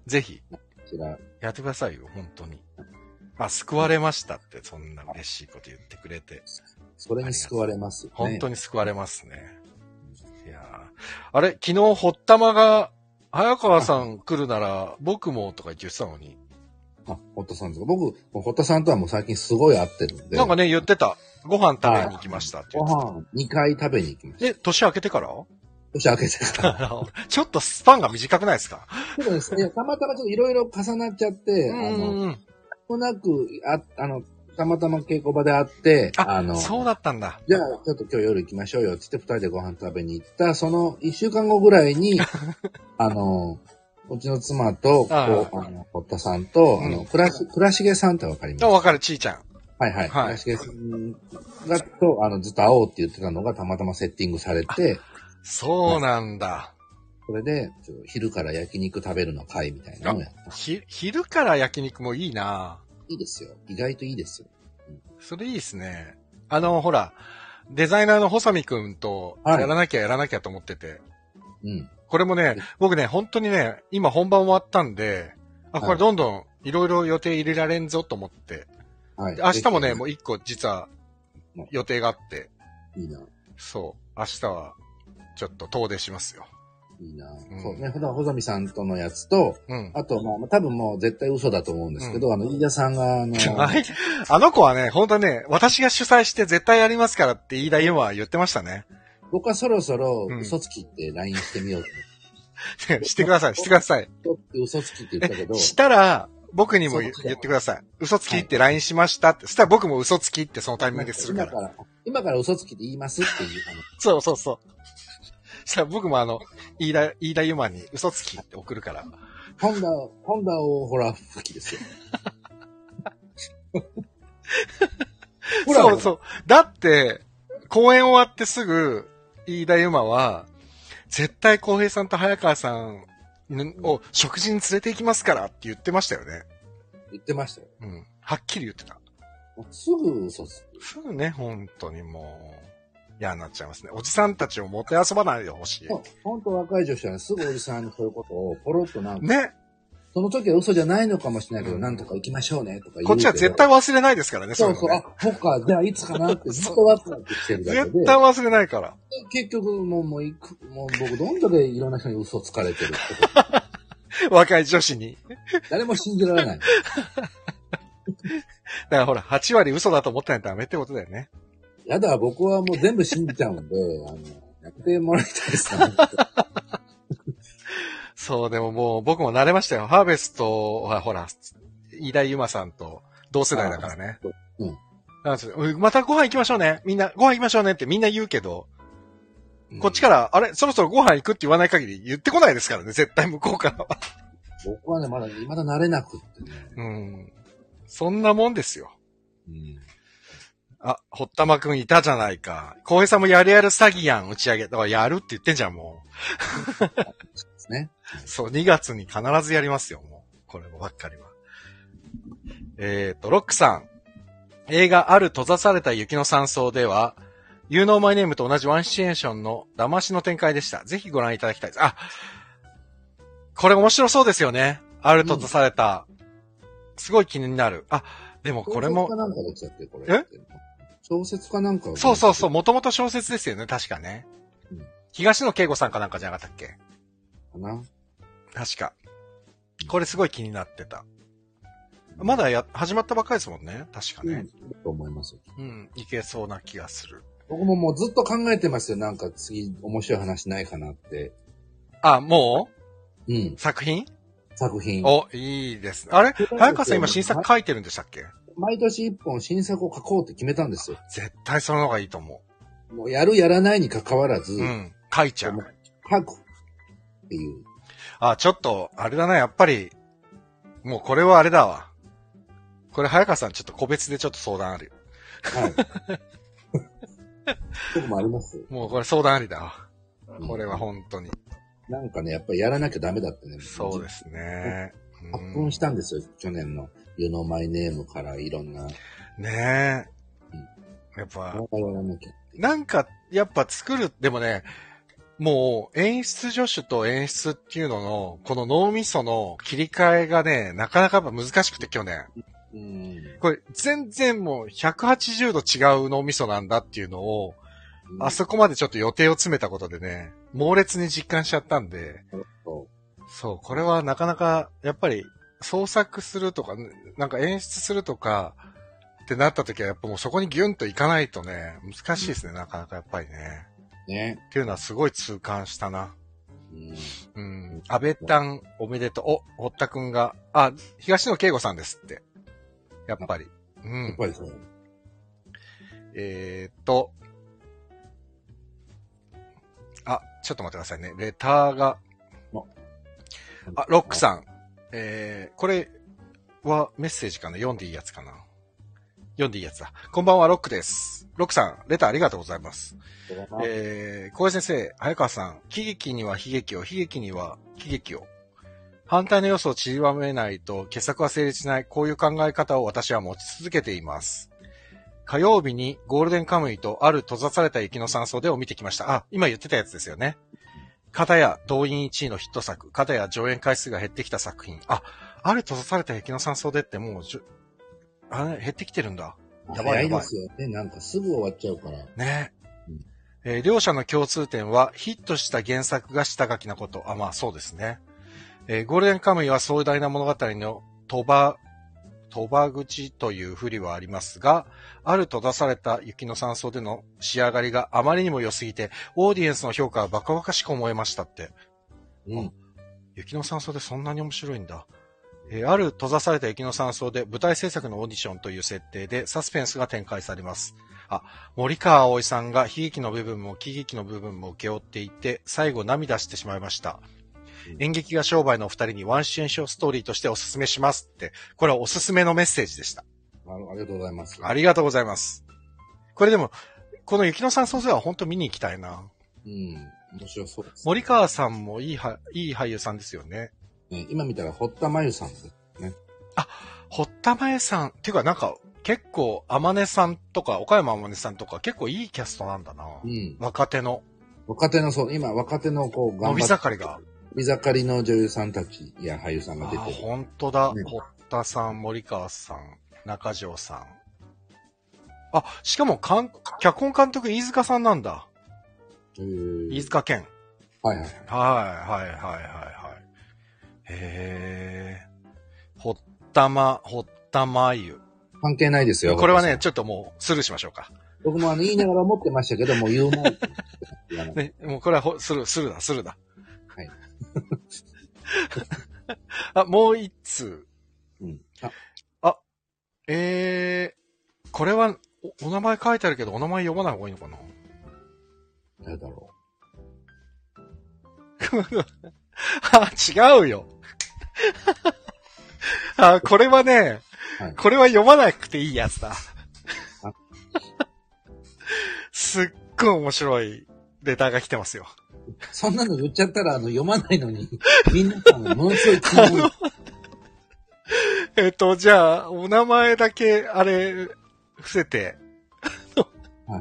ぜひ。こちら。やってくださいよ、本当に。あ、救われましたって、そんな嬉しいこと言ってくれて。
それに救われます、ね。
本当に救われますね。いやあれ、昨日、ホッタマが、早川さん来るなら、僕もとか言ってたのに。
あ、ホッタさんとか。僕、ホッタさんとはもう最近すごい会ってるんで。
なんかね、言ってた。ご飯食べに行きましたって言ってた。
ご飯にかい食べに行きました。
え、年明けてから
年明けてから。
ちょっとスパンが短くないですか？
そうですね。たまたまちょっといろいろ重なっちゃって、あの、なんとなく、あ、あの、たまたま稽古場で会って、
あ、あの、そうだったんだ。
じゃあ、ちょっと今日夜行きましょうよって言って二人でご飯食べに行った、その一週間後ぐらいに、あの、うちの妻と、こう、あの、堀田さんと、うん、あの、倉重さんってわかりますか？
わかる、ちーちゃん。
はいはい。はい、倉重さんがと、あの、ずっと会おうって言ってたのがたまたまセッティングされて、
そうなんだ。
それで、昼から焼肉食べるの会みたいなのをやった。
ひ、昼から焼肉もいいない
いですよ。意外といいですよ。
うん、それいいですね。あの、ほら、デザイナーの細見くんと、やらなきゃやらなきゃと思ってて。うん。これもね、僕ね、本当にね、今本番終わったんで、あ、これどんどんいろいろ予定入れられんぞと思って。はい。明日もね、もう一個実は予定があって。
いいな。
そう。明日は、ちょっと遠出しますよ。
いいな、うん、そうね。普段、ほざみさんとのやつと、うん、あと、まあ、多分もう絶対嘘だと思うんですけど、うん、あの、飯田さんが、あの、
あの子はね、本当にね、私が主催して絶対やりますからって飯田優は言ってましたね。
僕はそろそろ、嘘つきって ライン してみようと
思って。してください、してください。
嘘つきって言ったけど。
したら、僕にも言ってください。嘘つきって ライン しましたって。はい、そしたら僕も嘘つきってそのタイミングでするから。
今から、今から嘘つきって言いますっていう。
そうそうそう。じゃあ僕もあの、飯田、飯田ゆまに嘘つきって送るから。
ホンダ、ホンダをほら吹きですよ。
そうそう。だって、公演終わってすぐ、飯田ゆまは、絶対浩平さんと早川さんを食事に連れて行きますからって言ってましたよね。
言ってましたよ。
うん。はっきり言ってた。
すぐ嘘つく。
すぐね、本当にもう。嫌になっちゃいますね。おじさんたちをもてあそばないでほしい。
ほんと若い女子はね、すぐおじさんにそういうことをポロッとなんか。
ね。
その時は嘘じゃないのかもしれないけど、うん、なんとか行きましょうねとか言う。
こっちは絶対忘れないですからね、
そうそう。
ね、
あ、そっか、じゃあいつかなってずっとワクワクしてるだけで。
絶対忘れないから。
結局、もう、もう行く、もう僕どんだけいろんな人に嘘つかれてる
って若い女子に。
誰も信じられない。
だからほら、はち割嘘だと思ったらダメってことだよね。
やだ、僕はもう全部信じちゃうんで、あの、やってもらいたいですね。
そう、でももう僕も慣れましたよ。ハーベストはほら、飯田ゆまさんと同世代だからね。うん。なんですよ。またご飯行きましょうね。みんな、ご飯行きましょうねってみんな言うけど、うん、こっちから、あれ、そろそろご飯行くって言わない限り言ってこないですからね、絶対向こうからは。
僕はね、まだ、まだ慣れなくってね。
うん。そんなもんですよ。うん。 あ、ほったまくんいたじゃないか。浩平さんもやるやる詐欺やん、打ち上げ。だからやるって言ってんじゃん、もう。そう
ですね。
そう、にがつに必ずやりますよ、もう。こればっかりは。えっと、ロックさん。映画ある閉ざされた雪の山荘では、You Know My Name と同じワンシチュエーションの騙しの展開でした。ぜひご覧いただきたいです。あ、これ面白そうですよね。ある閉ざされた。うん、すごい気になる。あ、でもこれも。
小説かなんかでしたっけこれ。
え
小説かなんか。
そうそうそう。もともと小説ですよね。確かね。うん、東野圭吾さんかなんかじゃなかったっけか
な。
確か。これすごい気になってた。まだや、始まったばっかりですもんね。確かね。
うん、と思います。
うん。いけそうな気がする。
僕ももうずっと考えてますよ。なんか次面白い話ないかなって。
あ、も
ううん。
作品
作品。
お、いいですね。あれ早川さん今新作書いてるんでしたっけ？
毎年一本新作を書こうって決めたんですよ。
絶対その方がいいと思
う。もうやるやらないに関わらず。
うん。書いちゃう。
書くっていう。
あ、ちょっと、あれだな、やっぱり、もうこれはあれだわ。これ早川さんちょっと個別でちょっと相談あるよ。
はい。僕もあります。
もうこれ相談ありだわ。うん、これは本当に。
なんかね、やっぱりやらなきゃダメだってね。
そうですね。
発奮したんですよ、去年の You Know My Name からいろんな。
ねえ。うん、やっぱ、
やらなきゃ
なんか、やっぱ作る、でもね、もう演出助手と演出っていうのの、この脳みその切り替えがね、なかなかやっぱ難しくて去年。うん、これ全然もうひゃくはちじゅうど違う脳みそなんだっていうのを、うん、あそこまでちょっと予定を詰めたことでね、猛烈に実感しちゃったんで、そう、これはなかなかやっぱり創作するとか、なんか演出するとかってなった時はやっぱもうそこにギュンといかないとね、難しいですね、うん、なかなかやっぱりね。
ね。
っていうのはすごい痛感したな。うん。うん。安倍たんおめでとう。お、堀田くんが、あ、東野圭吾さんですって。やっぱり。うん。
やっぱりそう。
えーっと。あ、ちょっと待ってくださいね。レターが。あ、ロックさん。えー、これはメッセージかな？読んでいいやつかな？読んでいいやつだ。こんばんは、ロックです。ロックさん、レターありがとうございます。えー、小林先生、早川さん、喜劇には悲劇を、悲劇には喜劇を。反対の要素を散りばめないと傑作は成立しない、こういう考え方を私は持ち続けています。火曜日にゴールデンカムイとある閉ざされた雪の山荘でを見てきました。あ、今言ってたやつですよね。片や動員いちいのヒット作、片や上演回数が減ってきた作品。あ、ある閉ざされた雪の山荘でってもうじゅ、あれ、減ってきてるんだ。
やばいやばい。早いですよね。なんかすぐ終わっちゃうから。
ね。うんえー、両者の共通点はヒットした原作が下書きなこと。あ、まあそうですね。えー、ゴールデンカムイは壮大な物語の鳥羽、鳥羽口というふりはありますが、ある閉ざされた雪の山荘での仕上がりがあまりにも良すぎて、オーディエンスの評価はバカバカしく思えましたって。うん。雪の山荘でそんなに面白いんだ。えー、ある閉ざされた雪の山荘で舞台制作のオーディションという設定でサスペンスが展開されます。あ、森川葵さんが悲劇の部分も喜劇の部分も請け負っていて、最後涙してしまいました。うん、演劇が商売のお二人にワンシチュエーションストーリーとしておすすめしますって、これはおすすめのメッセージでした。
あ, ありがとうございます。
ありがとうございます。これでも、この雪の山荘では本当見に行きたいな。
うん。面白そうです、ね。
森川さんもいいはいい俳優さんですよね。
ね今見たら堀田真由さんですね。
あ、堀田真由さん。っていうかなんか、結構、天音さんとか、岡山天音さんとか、結構いいキャストなんだな。うん。若手の。
若手の、そう、今、若手の、こう、
頑張って。伸び盛りが。
伸び盛りの女優さんたちや俳優さんが出てる。あ、
ほんとだ。ね、堀田さん、森川さん、中条さん。あ、しかも、かん、脚本監督、飯塚さんなんだ。
へー。
飯塚健。
はいはい。
はいはいはいはいはい。へー。堀田ま、堀田真由。
関係ないですよ。
これはね、ちょっともうスルーしましょうか。
僕もあの言いながら思ってましたけど、もう言う前
に。ね、もうこれはほスルー、スルーだ、スルーだ。
はい。
あ、もう一通。
うん。あ、
あえー、これはお、お名前書いてあるけど、お名前読まない方がいいのかな？
誰だろ
う。あ、違うよ。あ、これはね、はい、これは読まなくていいやつだ。 すっごい面白いレターが来てますよ。
そんなの言っちゃったら、あの、読まないのに、みんなさんものすごい気になる。
えっと、じゃあ、お名前だけ、あれ、伏せて。
はい。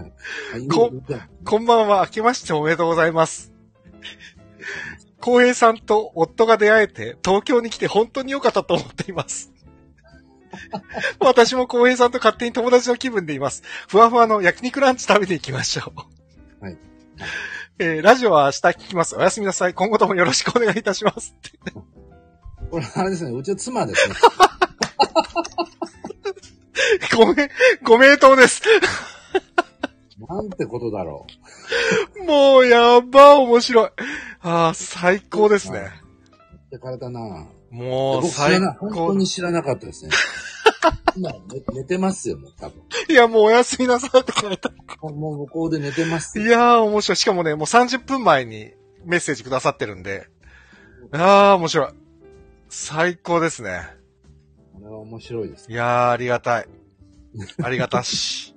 こ、こんばんは、明けましておめでとうございます。浩平さんと夫が出会えて、東京に来て本当に良かったと思っています。私も浩平さんと勝手に友達の気分でいます。ふわふわの焼肉ランチ食べていきましょう。はい。えー、ラジオは明日聞きます。おやすみなさい。今後ともよろしくお願いいたします。
これ、あれですね。うちの妻ですね。
ごめん、ご名答です。
なんてことだろ
う。もう、やば、面白い。ああ、最高ですね。
ってからだな。
もう、最
高。本当に知らなかったですね。今寝、寝てますよ、もう多分。
いや、もうおやすみなさいって書いてある。
もう向こうで寝てます。
いやー、面白い。しかもね、もうさんじゅっぷんまえにメッセージくださってるんで。ああ、面白い。最高ですね。
これは面白いです、
ね。いやー、ありがたい。ありがたし。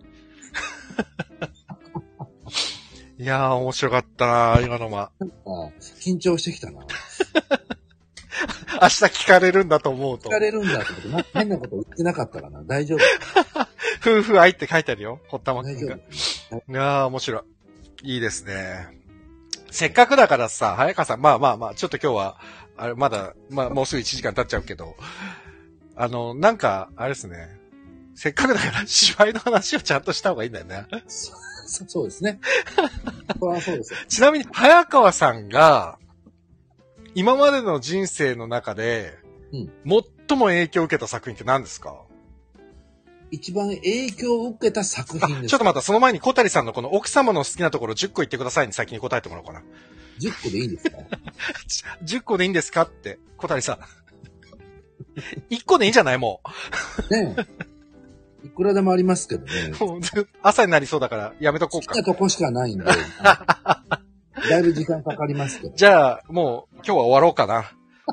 いやー、面白かったなー、今のま。
緊張してきたな。
明日聞かれるんだと思うと。
聞かれるんだってことな、変なこと言ってなかったかな。大丈夫。
夫婦愛って書いてあるよ。堀田真君が。
大丈夫。
いやー、面白い。いいですね。せっかくだからさ、早川さん、まあまあまあ、ちょっと今日は、あれ、まだ、まあもうすぐいちじかん経っちゃうけど、あの、なんか、あれですね。せっかくだから芝居の話をちゃんとした方がいいんだよね。
そ, そうですね。そりゃそうですよ。
ちなみに、早川さんが、今までの人生の中で、うん、最も影響を受けた作品って何ですか？
一番影響を受けた作品です。
ちょっと待った、その前に小谷さんのこの奥様の好きなところじゅっこ言ってくださいに先に答えてもらおうかな。
じゅっこでいいんですか？
じゅっこでいいんですかって、小谷さん。いっこでいいんじゃないも
う。ねえ。いくらでもありますけどね。
朝になりそうだからやめとこうか。
好きなとこしかないんで。だいぶ時間かかりますけど。
じゃあ、もう今日は終わろうかな。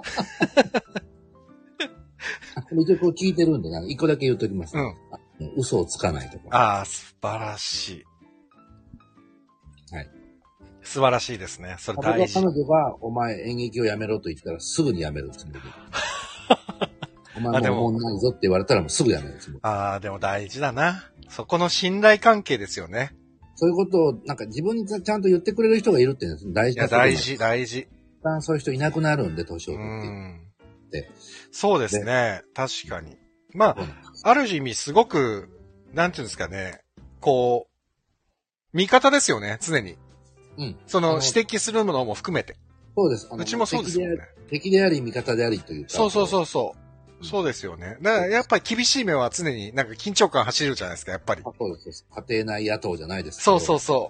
一応こう聞いてるんで、一個だけ言っときます、ね。うん。嘘をつかないところ。
ああ、素晴らしい。はい。素晴らしいですね。それ大事。
彼女が、お前演劇をやめろと言ったらすぐにやめるつもりで。お前もう思んないぞって言われたらもうすぐやめるつもり。
ああ、でも大事だな。そこの信頼関係ですよね。
そういうことを、なんか自分にちゃんと言ってくれる人がいるっていうのは大事だと思う。
いや、大事、大事。
一旦そういう人いなくなるんで、年を取って。
そうですね。確かに。まあ、ある意味すごく、なんていうんですかね。こう、味方ですよね、常に。うん。その、指摘するものも含めて。
そうです。
うちもそうですよね。
敵であり、味方でありというか。
そうそうそうそう。そうですよね。だからやっぱり厳しい目は常になんか緊張感走るじゃないですか、やっぱり。
そうです。家庭内野党じゃないです
そうそうそう。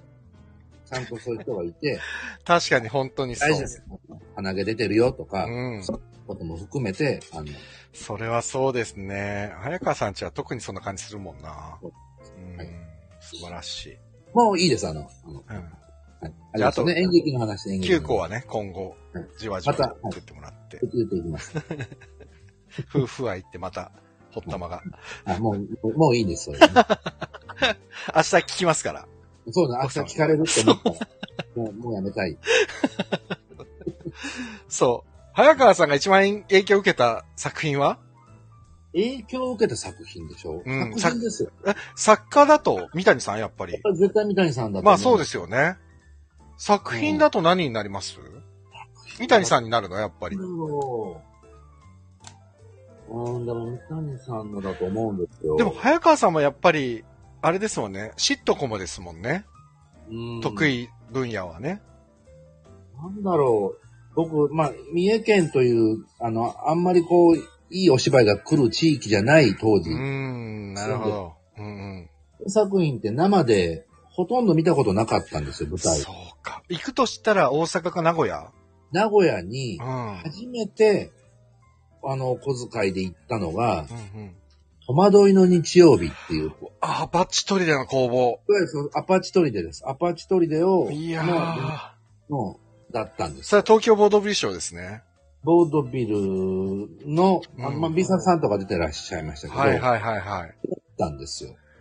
ちゃんとそういう人がいて。
確かに本当にそう。大事です。
鼻毛出てるよとか、うん、そういうことも含めて、あの。
それはそうですね。早川さんちは特にそんな感じするもんな。うん、はい、素晴らしい。
もういいです、あの。あのうんはい、じゃあ、あとね、演劇の話、演劇の話。
きゅうこはね、今後、じわじわと言ってもらって。
また、言っていきます。
夫婦愛ってまた、ほったまが。
あ、もう、もういいんです、それ、ね。明
日聞きますから。
そうだ、明日聞かれるって思ったら、もう、もうやめたい。
そう。早川さんが一番影響を受けた作品は？
影響を受けた作品でしょ、うん、作品ですよ。
え、作家だと三谷さんやっぱり。
絶対三谷さんだと思う。
まあそうですよね。作品だと何になります？うん、三谷さんになるのやっぱり。
うん、でも三谷さんのだと思うんですよ。
でも早川さんもやっぱり、あれですもんね。シットコムですもんね。うん、得意分野はね。
なんだろう。僕、まあ、三重県という、あの、あんまりこう、いいお芝居が来る地域じゃない当時。
うーん、なるほど。うん
うん、作品って生でほとんど見たことなかったんですよ、舞台。
そうか。行くとしたら大阪か名古屋？
名古屋に、初めて、うん、あの、小遣いで行ったのが、うんうん、戸惑いの日曜日っていう。
あ、アパッチ砦の工房。
アパッチ砦です。アパッチ砦を、
いやー。
の、だったんです。
それは東京ボードビル賞ですね。
ボードビルの、うん、あまあ、ビサさんとか出てらっしゃいましたけど。
はいはいはいはい。
だったんですよ。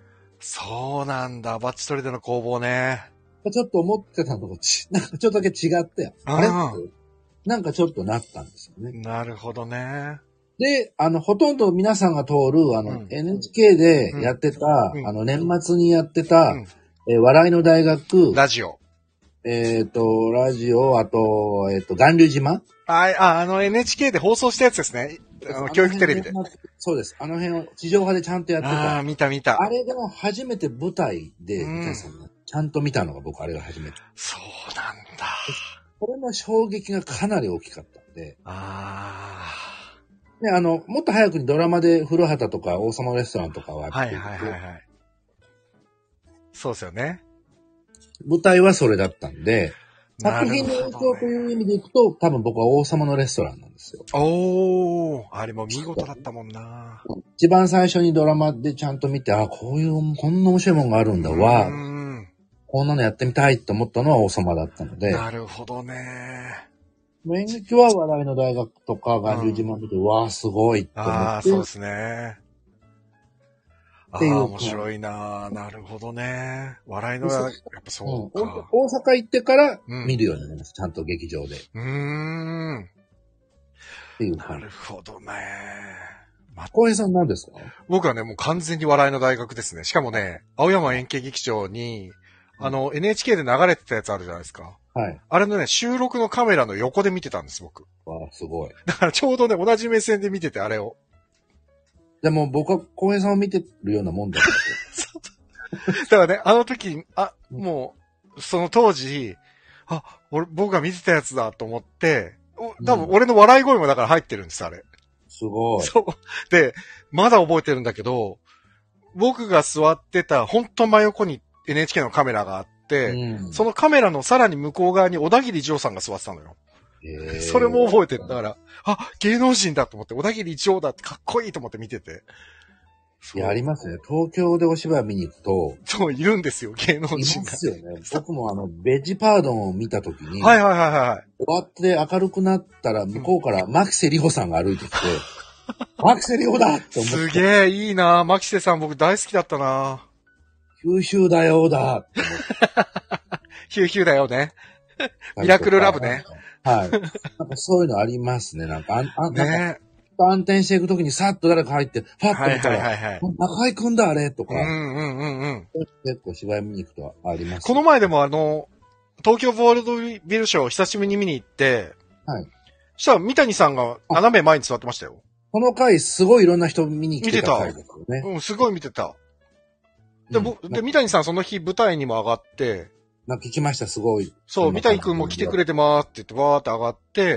そうなんだ。バッチトレでの攻防ね。
ちょっと思ってたのとち、なんかちょっとだけ違ったよ。あれなんかちょっとなったんですよね。
なるほどね。
で、あの、ほとんど皆さんが通る、あの、うん、エヌエイチケー でやってた、うん、あの、年末にやってた、うん、えー、笑いの大学。
ラジオ。
えっ、ー、と、ラジオ、あと、えっ、ー、と、巌流島
あ、あ、あの エヌエイチケー で放送したやつですね。あの、教育テレビで。
そうです。あの辺を地上波でちゃんとやってた。
ああ、見た見た。
あれでも初めて舞台で、皆さんがちゃんと見たのが僕、あれが初めて。
そうなんだ。
これの衝撃がかなり大きかったんで。
あ
あ。で、あの、もっと早くにドラマで古畑とか王様レストランとかはやって
はいはいはいはい。そうですよね。
舞台はそれだったんで、作品の影響という意味でいくと、多分僕は王様のレストランなんですよ。
おー、あれも見事だったもんな。
一番最初にドラマでちゃんと見て、あ、こういう、こんな面白いもんがあるんだわ。こんなのやってみたいと思ったのは王様だったので。
なるほどね。
演劇は笑いの大学とか、巌流島見て、うん、わーすごいって思って。
ああ、そうですね。っていう。ああ、面白いなぁ。なるほどね。笑いの、やっぱそうか、うん。
大阪行ってから見るようになります。うん、ちゃんと劇場で。
うーん。
っていう
なるほどね。
浩平さん何ですか？
僕はね、もう完全に笑いの大学ですね。しかもね、青山円形劇場に、あの、うん、エヌエイチケー で流れてたやつあるじゃないですか。
はい。
あれのね、収録のカメラの横で見てたんです、僕。
わあ、すごい。
だからちょうどね、同じ目線で見てて、あれを。
でも僕は浩平さんを見てるようなもんだ
だからね、あの時、あ、もう、その当時、あ、俺、僕が見てたやつだと思って、多分俺の笑い声もだから入ってるんです、あれ。
すごい。
そう。で、まだ覚えてるんだけど、僕が座ってた、ほんと真横に エヌエイチケー のカメラがあって、うん、そのカメラのさらに向こう側に小田切丈さんが座ってたのよ。それも覚えてる。だから、あ、芸能人だと思って、小田切丈だってかっこいいと思って見てて。
いや、ありますね。東京でお芝居見に行くと。
そう、いるんですよ、芸能人が。
いますよね。僕もあの、ベジパードンを見たときに。
はいはいはいはい。
終わって明るくなったら、向こうから牧瀬里穂さんが歩いてきて、牧瀬里穂だって思って。
すげえ、いいな牧瀬さん僕大好きだったな
ヒューヒューだよだって思って。
ヒューヒューだよね。ミラクルラブね。
はい。なんかそういうのありますね。なんか、ああね暗転していくときにさっと誰か入って、ファッと見たら、はいはいはいはい、中井くんだあれとか。
うんうんうんうん。
結構芝居見に行くとあります。
この前でもあの、東京ボールドビルショー久しぶりに見に行って、
はい。
そしたら三谷さんが斜め前に座ってましたよ。
この回すごいいろんな人見に来てた回ですよね。
見てた。うん、すごい見てた。で、うん、で、三谷さんその日舞台にも上がって、
なんか聞きました、すごい。
そう、三谷くんも来てくれてまーって言って、わーって上がって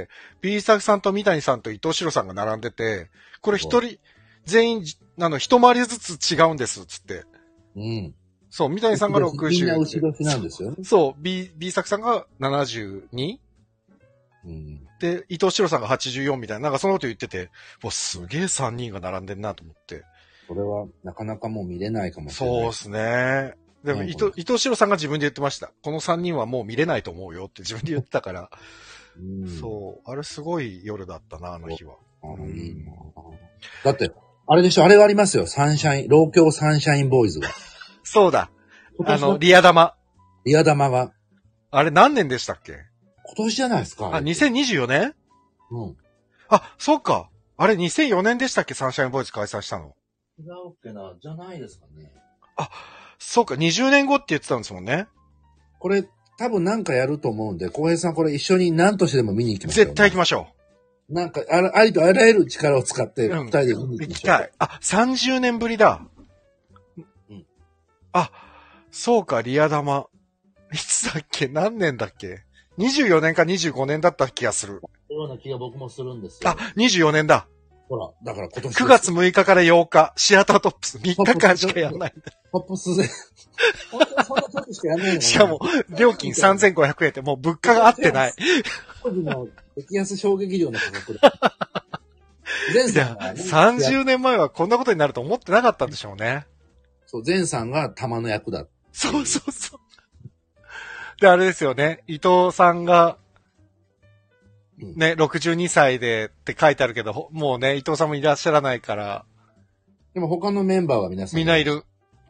、B 作さんと三谷さんと伊藤四郎さんが並んでて、これ一人、全員、あの、一回りずつ違うんです、つって。
うん。
そう、三谷さんがろくじゅう。
みんな後ろ日なんですよね。
そう、B、B 作さんがななじゅうに？うん。で、伊藤四郎さんがはちじゅうよんみたいな、なんかそのこと言ってて、もうすげえさんにんが並んでんなと思って。
これはなかなかもう見れないかもしれない。
そうですね。でも、伊藤、伊藤四郎さんが自分で言ってました。このさんにんはもう見れないと思うよって自分で言ってたから。うん、そう。あれすごい夜だったな、あの日は。
ああ、いいな。だって、あれでしょ、あれがありますよ。サンシャイン、老郷サンシャインボーイズが。
そうだ。あの、リア玉。
リア玉が。
あれ何年でしたっけ？
今年じゃないですか。
あ、にせんにじゅうよねん？うん。あ、そうか。あれにせんよねんでしたっけ？サンシャインボーイズ開催したの。
違うっけな、じゃないですかね。
あ、そうか、にじゅうねんごって言ってたんですもんね。
これ、多分なんかやると思うんで、浩平さんこれ一緒に何としてでも見に行きましょう、
ね。絶対行きましょ
う。なんか、あ, ありとあらゆる力を使って、二人で見に行きましょう、うん。行きたい。
あ、さんじゅうねんぶりだ。うん。あ、そうか、リア玉。いつだっけ？何年だっけ？ にじゅうよねんかにじゅうごねんだった気がする。
ような気が僕もするんですよ。
あ、にじゅうよねんだ。
ほら、だから今年。
くがつむいかからようか、シアタートップスみっかかんしかやんないんだ。
トップスで。本当にそんなトップしかやんないのかな。
しかも、料金さんぜんごひゃくえんってもう物価が合ってない。
当時の激安衝撃量の価格で。
前さんが、ね、さんじゅうねんまえはこんなことになると思ってなかったんでしょうね。
そう、前さんが玉の役だ。
そうそうそう。で、あれですよね。伊藤さんが、ね、ろくじゅうにさいでって書いてあるけど、もうね、伊藤さんもいらっしゃらないから。
でも他のメンバーは皆さん。
みんないる。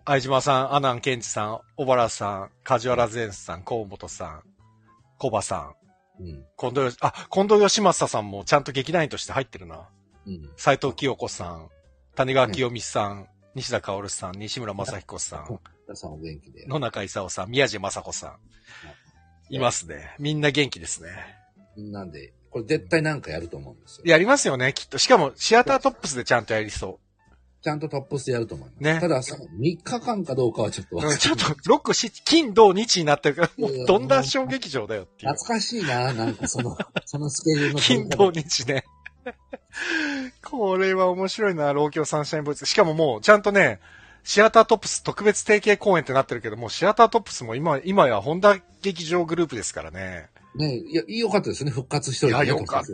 相島さん、阿南健二さん、小原さん、梶原善さん、河本さん、小葉さん、うん、近藤よし、あ、近藤義正さんもちゃんと劇団員として入ってるな。うん、斉藤清子さん、谷川清美さん、ね、西田薫さん、西村正彦さん、
さんお元気で
野中勲さん、宮地雅子さん、いますね。みんな元気ですね。
なんで、これ絶対なんかやると思うんですよ。
やりますよね、きっと。しかも、シアタートップスでちゃんとやりそう。
ちゃんとトップスでやると思います。ね。ただ、みっかかんかどうかはちょっとわかんない。
ちょっと、ろく、しち、金、土、日になってるから、もう、どんな小劇場だよっていう。
懐かしいな、なんかその、そのスケジュールの。
金、土、日ね。これは面白いな、老郷サンシャインボーイズ。しかももう、ちゃんとね、シアタートップス特別提携公演ってなってるけど、もうシアタートップスも今、今や本田劇場グループですからね。
ねいや、良かったですね、復活しておいて、
ね。いや、良かった。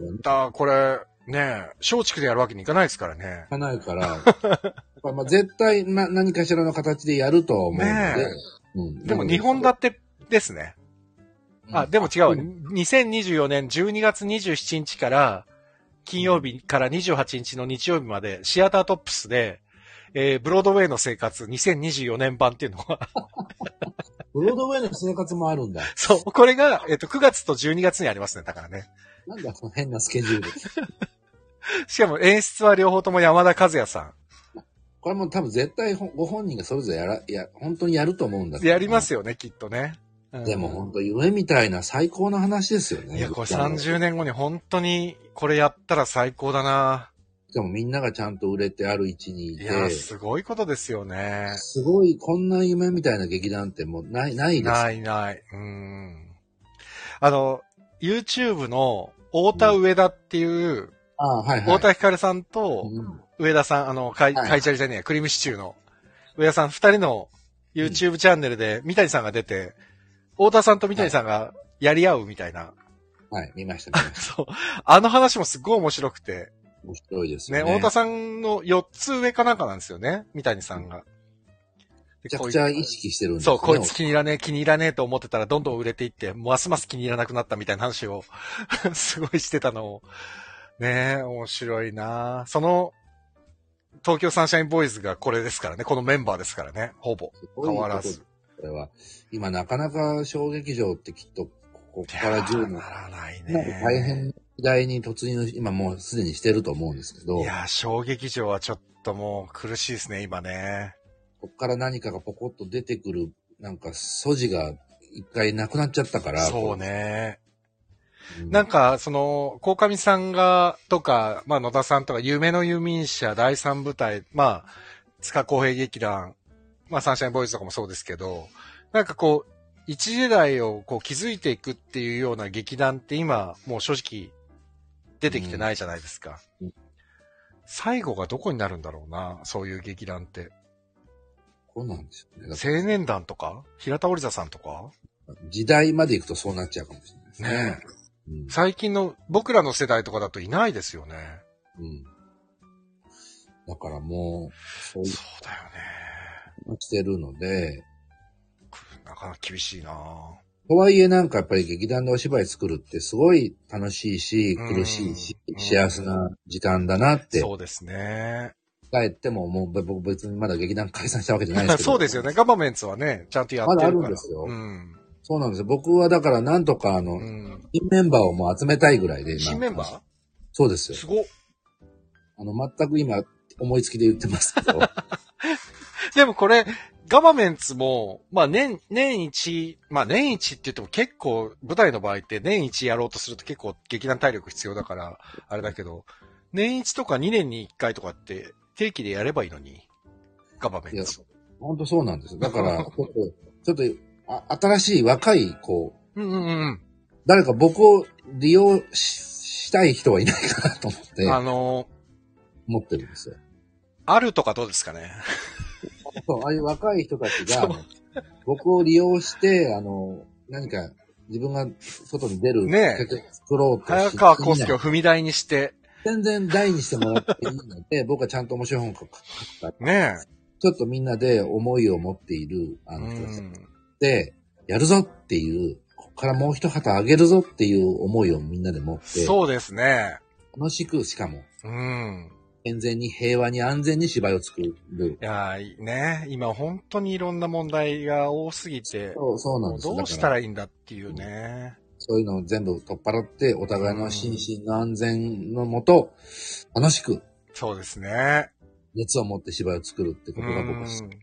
これ、ね松竹でやるわけにいかないですからね。
いかないから。まあ、絶対な、何かしらの形でやると思うので。ね
うん、でも日本立てですね。うん、あ、でも違う。うん、にせんにじゅうよねんじゅうにがつにじゅうしちにちから、金曜日からにじゅうはちにちの日曜日まで、シアタートップスで、えー、ブロードウェイの生活にせんにじゅうよねんばんっていうのが。
ブロードウェイの生活もあるんだ。
そう。これが、えっと、くがつとじゅうにがつにありますね。だからね。
なんだ、その変なスケジュール。
しかも演出は両方とも山田和也さん。
これも多分絶対ご本人がそれぞれやら、いや、本当にやると思うんだけど、
ね。やりますよね、きっとね。
うん、でも本当夢みたいな最高な話ですよね。
いや、これさんじゅうねんごに本当にこれやったら最高だな。
でもみんながちゃんと売れてある位置にいて。い
や、すごいことですよね。
すごい、こんな夢みたいな劇団ってもうない、ないです。
ないない。うん。あの、YouTube の太田上田っていう、うん、
ああはいはい、
太田光さんと上田さん、あの、かい、かいちゃりじゃねえ、クリームシチューの上田さん二人の YouTube チャンネルで三谷さんが出て、太田さんと三谷さんがやり合うみたいな。
はい、はい、見ました、見ました。
そう。あの話もすごい面白くて。
面白いですよね。
ね、太田さんのよっつ上かなんかなんですよね、三谷さんが。
めちゃくちゃ意識してるんですね。
そう、こいつ気に入らねえ、気に入らねえと思ってたらどんどん売れていって、ますます気に入らなくなったみたいな話をすごいしてたのを。ねえ、面白いなその、東京サンシャインボーイズがこれですからね、このメンバーですからね、ほぼ。変わらず。こ
れは、今なかなか小劇場ってきっと、ここからじゅうねん。
ならないね。
大変時代に突入、今もうすでにしてると思うんですけど。
いや、小劇場はちょっともう苦しいですね、今ね。
ここから何かがポコッと出てくる、なんか素地が一回なくなっちゃったから。
そうね。うん、なんか、その、鴻上さんが、とか、まあ野田さんとか、夢の遊民者第三部隊、まあ、塚公平劇団、まあサンシャインボーイズとかもそうですけど、なんかこう、一時代をこう築いていくっていうような劇団って今、もう正直、出てきてないじゃないですか。うん、最後がどこになるんだろうな、そういう劇団って。
そうなんですよね。
青年団とか平田織座さんとか
時代まで行くとそうなっちゃうかもしれないですね。
ねえ、うん。最近の僕らの世代とかだといないですよね。
うん。だからもう、
そうそうだよね。
してるので。
なかなか厳しいな
とはいえなんかやっぱり劇団でお芝居作るってすごい楽しいし、苦しいし、幸せな時間だなって。
そうですね。
帰っても、もう僕別にまだ劇団解散したわけじゃないですけど。
そうですよね。ガバメンツはね、ちゃんとやってるから。
まだあるんですよ。うん。そうなんですよ。僕はだからなんとかあの、うん、新メンバーをもう集めたいぐらいで。
新メンバー？
そうですよ。
すごっ。
あの、全く今、思いつきで言ってますけど。
でもこれ、ガバメンツも、まあ年、年一、まあ年一って言っても結構、舞台の場合って年一やろうとすると結構劇団体力必要だから、あれだけど、年一とかにねんにいっかいとかって、定期でやればいいのに、ガバメンツ。
本当そうなんですよ。だから、ちょっと、ちょっとあ、新しい若い子、
うんうんうん、
誰か僕を利用 し, したい人はいないかなと思って、
あのー、
思ってるんですよ。
あるとかどうですかね。
そう、ああいう若い人たちが、僕を利用して、あの、何か自分が外に出る、
ねえ、
作ろうとして。
早川康介を踏み台にして、
全然大にしてもらっていいので、僕はちゃんと面白い本書くから。
ねえ。
ちょっとみんなで思いを持っている、あの人たちで、やるぞっていう、ここからもう一旗あげるぞっていう思いをみんなで持って。
そうですね。
楽しく、しかも。
うん。
健全に平和に安全に芝居を作る。
いやーね、今本当にいろんな問題が多すぎて、
そう、そうなんですよ。
どうしたらいいんだっていうね。
そういうのを全部取っ払って、お互いの心身の安全のもと、楽しく。
そうですね。
熱を持って芝居を作るってことが僕は好きです。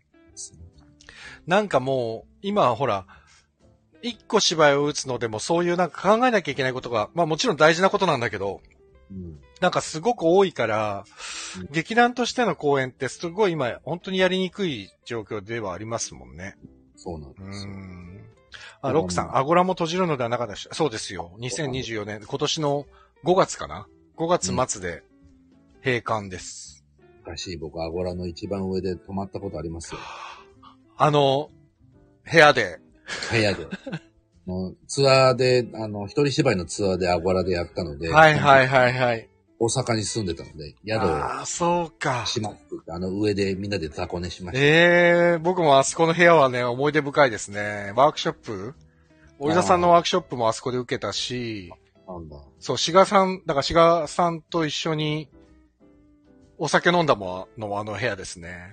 なんかもう、今ほら、一個芝居を打つのでもそういうなんか考えなきゃいけないことが、まあもちろん大事なことなんだけど、うん、なんかすごく多いから、うん、劇団としての公演ってすごい今本当にやりにくい状況ではありますもんね。
そうなんですよ。
うんあ、ロックさん、アゴラも閉じるのではなかったし、そうですよ。にせんにじゅうよねん、今年のごがつかな ?ご 月末で閉館です。
昔、僕、アゴラの一番上で泊まったことありますよ。
あの、部屋で。
部屋で。もうツアーで、あの、一人芝居のツアーでアゴラでやったので。
はいはいはいはい。
大阪に住んでたので、宿を。
ああ、そうか。
しまって、あの上でみんなで雑魚寝しました。
ええー、僕もあそこの部屋はね、思い出深いですね。ワークショップおじさんのワークショップもあそこで受けたし、
なんだ。そう、
志賀さん、だから志賀さんと一緒にお酒飲んだものもあの部屋ですね。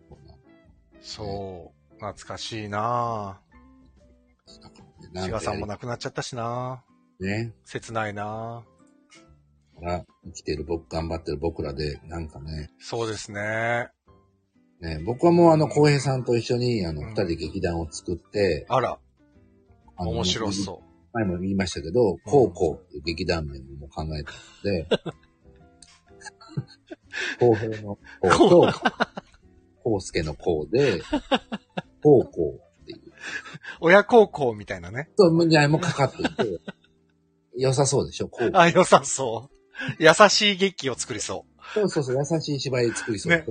そう、懐かしいなぁ。志賀さんも亡くなっちゃったしなぁ。
ね。
切ないな
ぁ。あ、生きてる僕、頑張ってる僕らで、なんかね。
そうですね。
ね、僕はもうあの、浩平さんと一緒に、あの、二、うん、人で劇団を作って、
あら。面白そう。
前も言いましたけど、高校っていう劇団名も考えたので、浩平の高と、康介の高で、高校っていう。
親孝行みたいなね。
そう、じゃあもうかかっていて、良さそうでしょ、高校。
あ、良さそう。優しい劇を作りそう。
そうそうそう、優しい芝居作りそう。ね、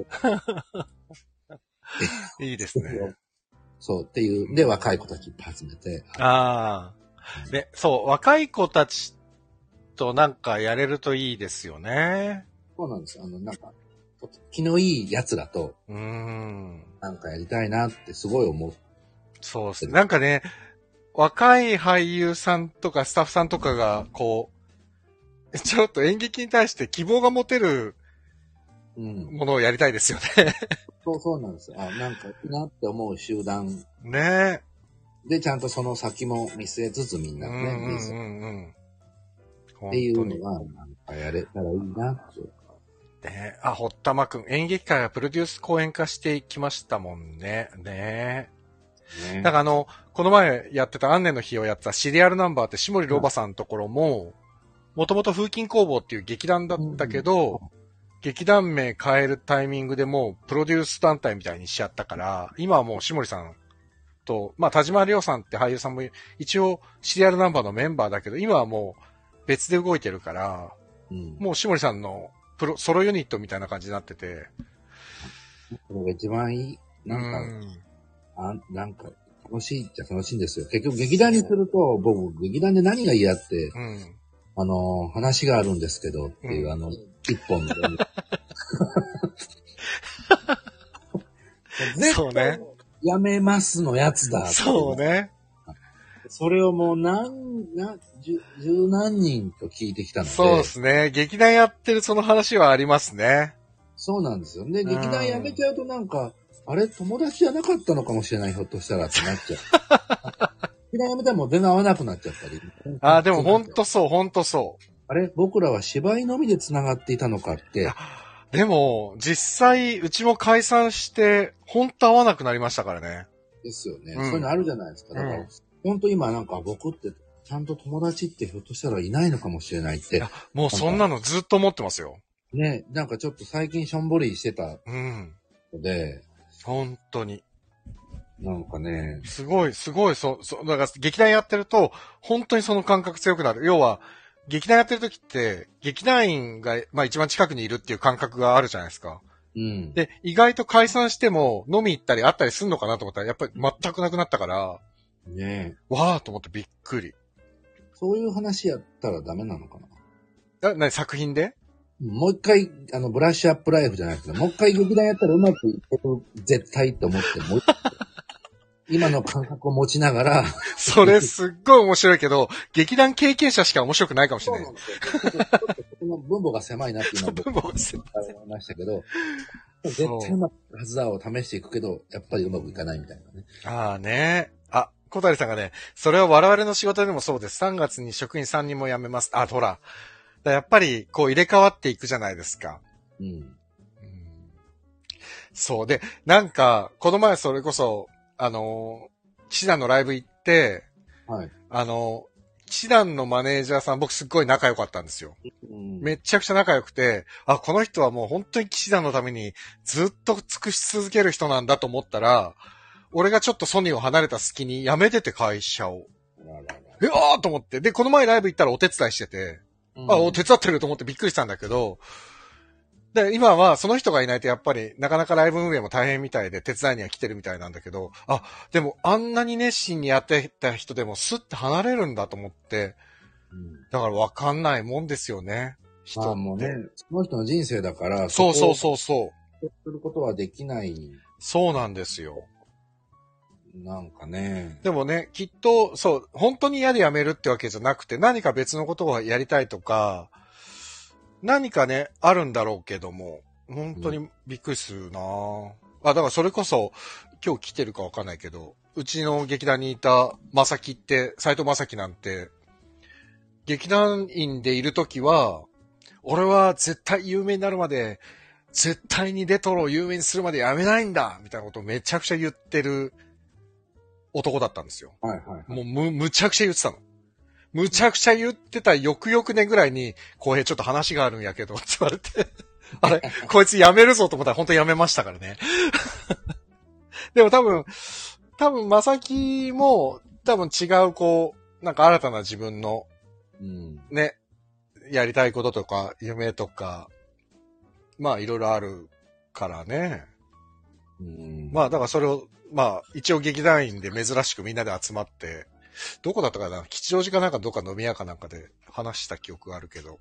いいですね。
そう、っていう。で、若い子たち集めて。
ああ。ね、そう、若い子たちとなんかやれるといいですよね。
そうなんですよ。あの、なんか、気のいい奴らと、
うーん。
なんかやりたいなってすごい思う。
そうですね。なんかね、若い俳優さんとかスタッフさんとかが、こう、ちょっと演劇に対して希望が持てるものをやりたいですよね。うん
そうそうなんですよ。あ、なんかいいなって思う集団。
ね
え。で、ちゃんとその先も見据えつつみんなね、
うんうんうんうん、
っていうのが、なんかやれたらいいなって。
ねあ、堀田真くん、演劇界がプロデュース公演化していきましたもんね。ねえ。だからあの、この前やってたアンネの日をやったシリアルナンバーって下森ロバさんのところも、もともと風琴工房っていう劇団だったけど、うん劇団名変えるタイミングでもうプロデュース団体みたいにしちゃったから、今はもう下森さんと、まあ田島亮さんって俳優さんも一応シリアルナンバーのメンバーだけど、今はもう別で動いてるから、うん、もう下森さんのプロ、ソロユニットみたいな感じになってて。
これが一番いい。なんか、うん、あなんか楽しいっちゃ楽しいんですよ。結局劇団にすると、僕劇団で何が嫌って、うん、あの、話があるんですけどっていう、うん、あの、一本で。
そうね。
やめますのやつだ。
そうね。
それをもう何、な、十、十何人と聞いてきたので。
そうですね。劇団やってるその話はありますね。
そうなんですよ。で、劇団やめちゃうとなんか、あれ、友達じゃなかったのかもしれない、ひょっとしたらってなっちゃう。劇団やめたらもう全然合わなくなっちゃったり。
ああ、でもほんとそう、ほんとそう。
あれ僕らは芝居のみで繋がっていたのかって。
でも、実際、うちも解散して、ほんと会わなくなりましたからね。
ですよね。うん、そういうのあるじゃないですか。だから、うん、ほんと今なんか僕って、ちゃんと友達ってひょっとしたらいないのかもしれないって。いや
もうそんなのずっと思ってますよ。
ね、なんかちょっと最近しょんぼりしてたので。
うん、本当に。
なんかね。
すごい、すごい、そう、そう、だから劇団やってると、本当にその感覚強くなる。要は、劇団やってる時って、劇団員が、まあ一番近くにいるっていう感覚があるじゃないですか。うん。で、意外と解散しても、飲み行ったり会ったりすんのかなと思ったら、やっぱり全くなくなったから、
ね
え。わーと思ってびっくり。
そういう話やったらダメなのか
なあ、なに作品で
もう一回、あの、ブラッシュアップライフじゃなくて、もう一回劇団やったらうまくいってる、絶対って思って、もう一回。今の感覚を持ちながら。
それすっごい面白いけど、劇団経験者しか面白くないかもしれない。
この分母が狭いなって今
分母が狭い。
思いましたけど、絶対うまくいくはずだを試していくけど、やっぱりうまくいかないみたいなね。
ああね。あ、小谷さんがね、それは我々の仕事でもそうです。さんがつに職員さんにんも辞めます。あ、ほら。だやっぱり、こう入れ替わっていくじゃないですか。
うん。うん、
そう。で、なんか、この前それこそ、あの、騎士団のライブ行って、
はい。
あの、騎士団のマネージャーさん、僕すっごい仲良かったんですよ。うん、めちゃくちゃ仲良くて、あ、この人はもう本当に騎士団のためにずっと尽くし続ける人なんだと思ったら、俺がちょっとソニーを離れた隙に辞めてて会社を。え、あーと思って。で、この前ライブ行ったらお手伝いしてて、うん、あ、お手伝ってると思ってびっくりしたんだけど、で、今はその人がいないとやっぱりなかなかライブ運営も大変みたいで手伝いには来てるみたいなんだけど、あ、でもあんなに熱心にやってた人でもスッて離れるんだと思って、うん、だからわかんないもんですよね。
人って。まあもうね、その人の人生だから、
そうそうそうそう。
することはできない。
そうなんですよ。
なんかね。
でもね、きっと、そう、本当に嫌で辞めるってわけじゃなくて、何か別のことをやりたいとか、何かね、あるんだろうけども、本当にびっくりするなぁ、うん、あ、だからそれこそ、今日来てるかわかんないけど、うちの劇団にいたまさきって、斎藤まさきなんて、劇団員でいるときは、俺は絶対有名になるまで、絶対にレトロを有名にするまでやめないんだみたいなことをめちゃくちゃ言ってる男だったんですよ。
はいはい、はい。
もうむ、むちゃくちゃ言ってたの。むちゃくちゃ言ってた翌々年ぐらいに、浩平ちょっと話があるんやけど、って言われて、あれ、こいつ辞めるぞと思ったら本当に辞めましたからね。でも多分、多分、まさきも、多分違う、こう、なんか新たな自分の、うん、ね、やりたいこととか、夢とか、まあ、いろいろあるからね。うん、まあ、だからそれを、まあ、一応劇団員で珍しくみんなで集まって、どこだったかな、吉祥寺かなんかどっか飲み屋かなんかで話した記憶があるけど、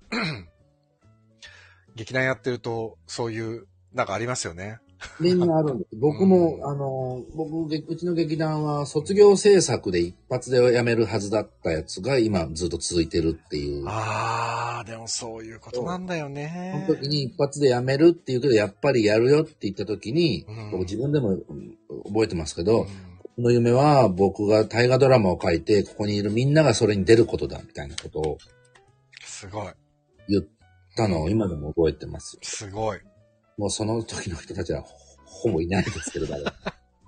劇団やってると、そういう、なんかありますよね。
みんなあるんです。僕も、うん、あの、僕、うちの劇団は卒業制作で一発で辞めるはずだったやつが今ずっと続いてるっていう。
ああ、でもそういうことなんだよね。
その時に一発で辞めるっていうけど、やっぱりやるよって言った時に、うん、僕自分でも覚えてますけど、うん、この夢は僕が大河ドラマを書いて、ここにいるみんながそれに出ることだ、みたいなことを。
すごい。
言ったのを今でも覚えてます。
すごい。
もうその時の人たちはほぼいないですけど、誰も。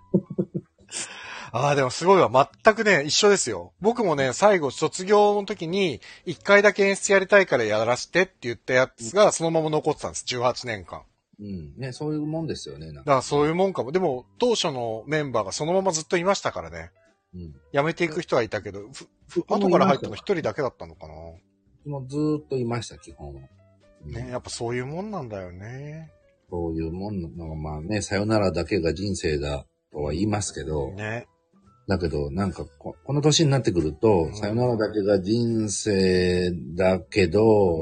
ああ、でもすごいわ。全くね、一緒ですよ。僕もね、最後卒業の時に、一回だけ演出やりたいからやらしてって言ったやつが、そのまま残ってたんです。じゅうはちねんかん。
うん。ね、そういうもんですよね。なんか
だからそういうもんかも。でも、当初のメンバーがそのままずっといましたからね。うん。辞めていく人はいたけど、後から入ったの一人だけだったのかな。
もうずーっといました、基本は。
うん、ね、やっぱそういうもんなんだよね。
そういうもんの、まあね、さよならだけが人生だとは言いますけど、
ね。
だけど、なんかこ、この年になってくると、うん、さよならだけが人生だけど、うん、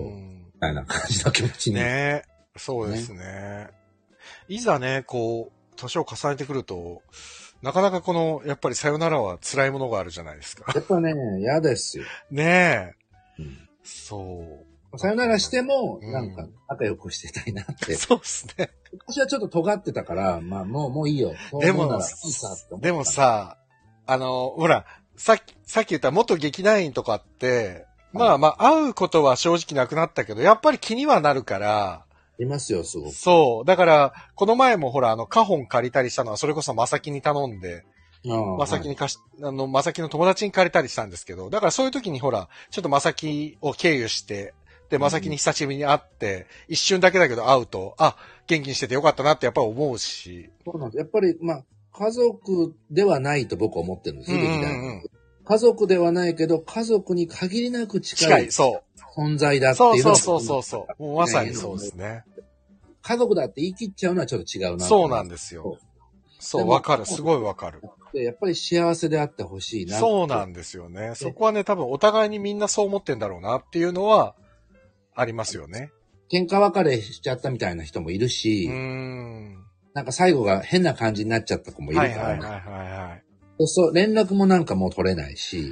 みたいな感じの気持ちに。
ね。そうですね。ね、いざね、こう、年を重ねてくると、なかなかこの、やっぱりさよならは辛いものがあるじゃないですか。
やっぱね、嫌ですよ。
ねえ、うん。そう。
さよならしても、なんか、仲良くしてたいなって。
そうですね。
私はちょっと尖ってたから、まあ、もう、もういいよ。
でも、でもさ、あの、ほら、さっき、さっき言った元劇団員とかって、まあまあ、会うことは正直なくなったけど、やっぱり気にはなるから、
いますよ、すごく。
そう。だから、この前もほら、あの、カホン借りたりしたのは、それこそまさきに頼んで、まさきに貸し、あの、まさきの友達に借りたりしたんですけど、だからそういう時にほら、ちょっとまさきを経由して、で、まさきに久しぶりに会って、うん、一瞬だけだけど会うと、あ、元気にしててよかったなってやっぱり思うし。
そうなんです。やっぱり、まあ、家族ではないと僕は思ってるんですよ、劇団員。家族ではないけど、家族に限りなく近い。近い、そう。存在だっていうの
そうそうそうそう。もうまさにそうですね。
家族だって言い切っちゃうのはちょっと違うな。
そうなんですよ。そう、わかる。すごいわかる。
で、やっぱり幸せであってほしいな。
そうなんですよね。そこはね、多分お互いにみんなそう思ってんだろうなっていうのは、ありますよね。
喧嘩別れしちゃったみたいな人もいるし、うーんなんか最後が変な感じになっちゃった子もいるから、ね。はいはいはいはい、はい。そうそう、連絡もなんかもう取れないし。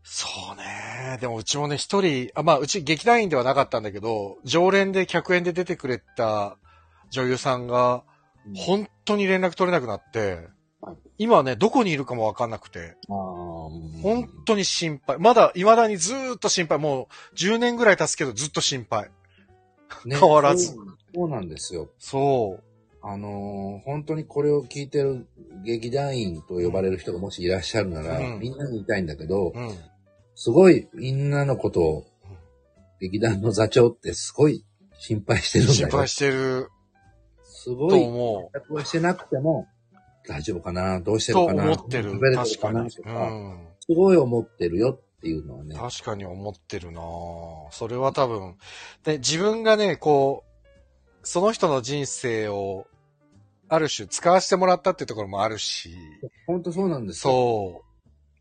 そうね。でもうちもね、一人、あ、まあうち劇団員ではなかったんだけど、常連で客演で出てくれた女優さんが、本当に連絡取れなくなって、うん、今はね、どこにいるかもわかんなくて、
あー、
本当に心配。まだ、未だにずーっと心配。もうじゅうねんぐらい経つけどずっと心配。ね、変わらず
そう。そうなんですよ。
そう。
あのー、本当にこれを聞いてる劇団員と呼ばれる人がもしいらっしゃるなら、うん、みんなに言いたいんだけど、うん、すごいみんなのことを、劇団の座長ってすごい心配してるんだよ。
心配してる。
すごい、連絡はしてなくても、大丈夫かな、どうしてるかな、
と思ってる。
食べれてるかなとか、うん、すごい思ってるよっていうのはね。
確かに思ってるなそれは多分。で、自分がね、こう、その人の人生を、ある種使わせてもらったっていうところもあるし。
本当そうなんですよ。
そう。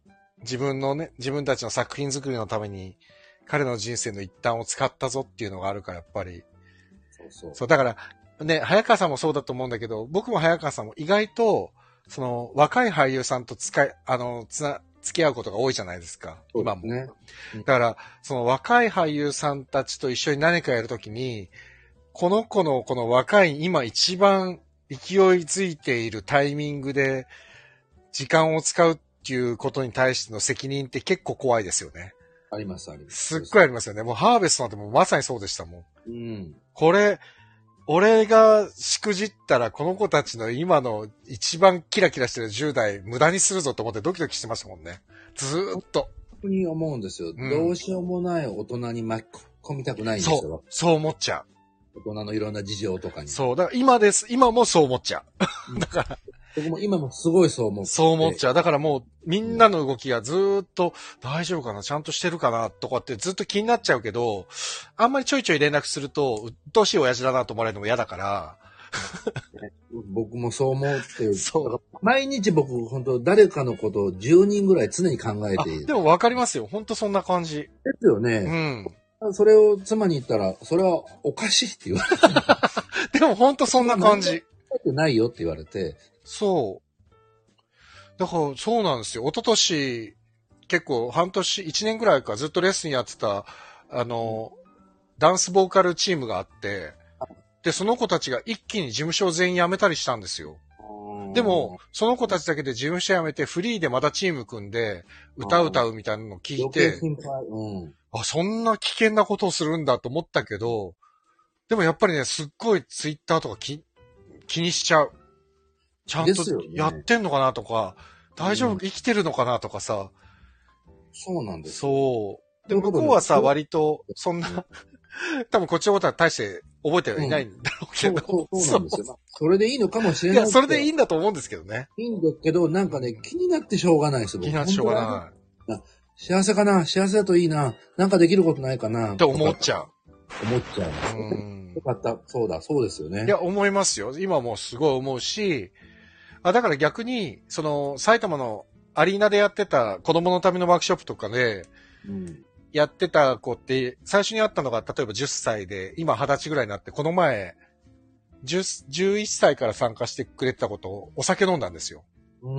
自分のね、自分たちの作品作りのために、彼の人生の一端を使ったぞっていうのがあるから、やっぱり。
そうそう。
そう、だから、ね、早川さんもそうだと思うんだけど、僕も早川さんも意外と、その、若い俳優さんと使い、あの、つな、付き合うことが多いじゃないですか。
そうです
ね、
今も。
だから、その若い俳優さんたちと一緒に何かやるときに、この子のこの若い、今一番勢いづいているタイミングで、時間を使うっていうことに対しての責任って結構怖いですよね。
あります、あります。
すっごいありますよね。もうハーベストなんてもうまさにそうでしたもん。
うん。
これ、俺がしくじったらこの子たちの今の一番キラキラしてるじゅう代無駄にするぞと思ってドキドキしてましたもんね。ずーっと。
本当に思うんですよ、うん。どうしようもない大人に巻き込みたくないんですよ。
そう、そう思っちゃ
う。大人のいろんな事情とかに。
そう、だから今です。今もそう思っちゃう。だから。
僕も今もすごいそう思って。
そう思っちゃう。だからもうみんなの動きがずーっと大丈夫かな、ちゃんとしてるかなとかってずっと気になっちゃうけど、あんまりちょいちょい連絡すると、うっとうしい親父だなと思われるのも嫌だから。
僕もそう思ってる。
そう。
毎日僕、本当誰かのことをじゅうにんぐらい常に考えている。
でも分かりますよ。本当そんな感じ。
ですよね。うん。それを妻に言ったら、それはおかしいって言われ
て。でも本当そんな感じ。
考えてないよって言われて。
そう。だからそうなんですよ。一昨年結構半年、一年ぐらいかずっとレッスンやってた、あの、ダンスボーカルチームがあって、で、その子たちが一気に事務所を全員辞めたりしたんですよ。でも、その子たちだけで事務所辞めてフリーでまたチーム組んで、歌歌うみたいなのを聞いて、うん、あ、そんな危険なことをするんだと思ったけど、でもやっぱりね、すっごいツイッターとか気、気にしちゃう。ちゃんとやってんのかなとか、ね、大丈夫、うん、生きてるのかなとかさ。
そうなんです
よ。そう。で、向こうはさ、割と、そんな、多分こっちのことは大して覚えてはいないんだろうけど。うん、
そうそうなんですよ。それでいいのかもしれない。
いや、それでいいんだと思うんですけどね。
いいんだけど、なんかね、気になってしょうがないですよ。
気になってしょうがない。
幸せかな幸せだといいななんかできることないかな
って思っちゃう。
思っちゃうんですよね。よかった。そうだ、そうですよね。
いや、思いますよ。今もすごい思うし、あ、だから逆に、その、埼玉のアリーナでやってた子供のためのワークショップとかで、うん、やってた子って、最初に会ったのが、例えばじゅっさいで、今はたちぐらいになって、この前、じゅう、じゅういっさいから参加してくれてたことをお酒飲んだんですよ。
うん。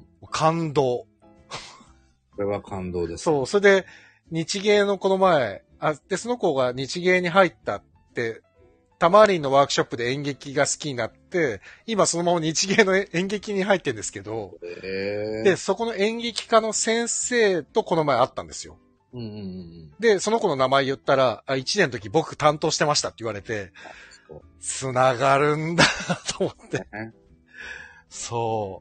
感動。
これは感動です、ね。
そう、それで、日芸のこの前、あ、で、その子が日芸に入ったって、タマーリンのワークショップで演劇が好きになって、今そのまま日芸の演劇に入ってるんですけど、で、そこの演劇科の先生とこの前会ったんですよ。
うんうんうん、
で、その子の名前言ったら、あ、いちねんの時僕担当してましたって言われて、つながるんだと思って。そう。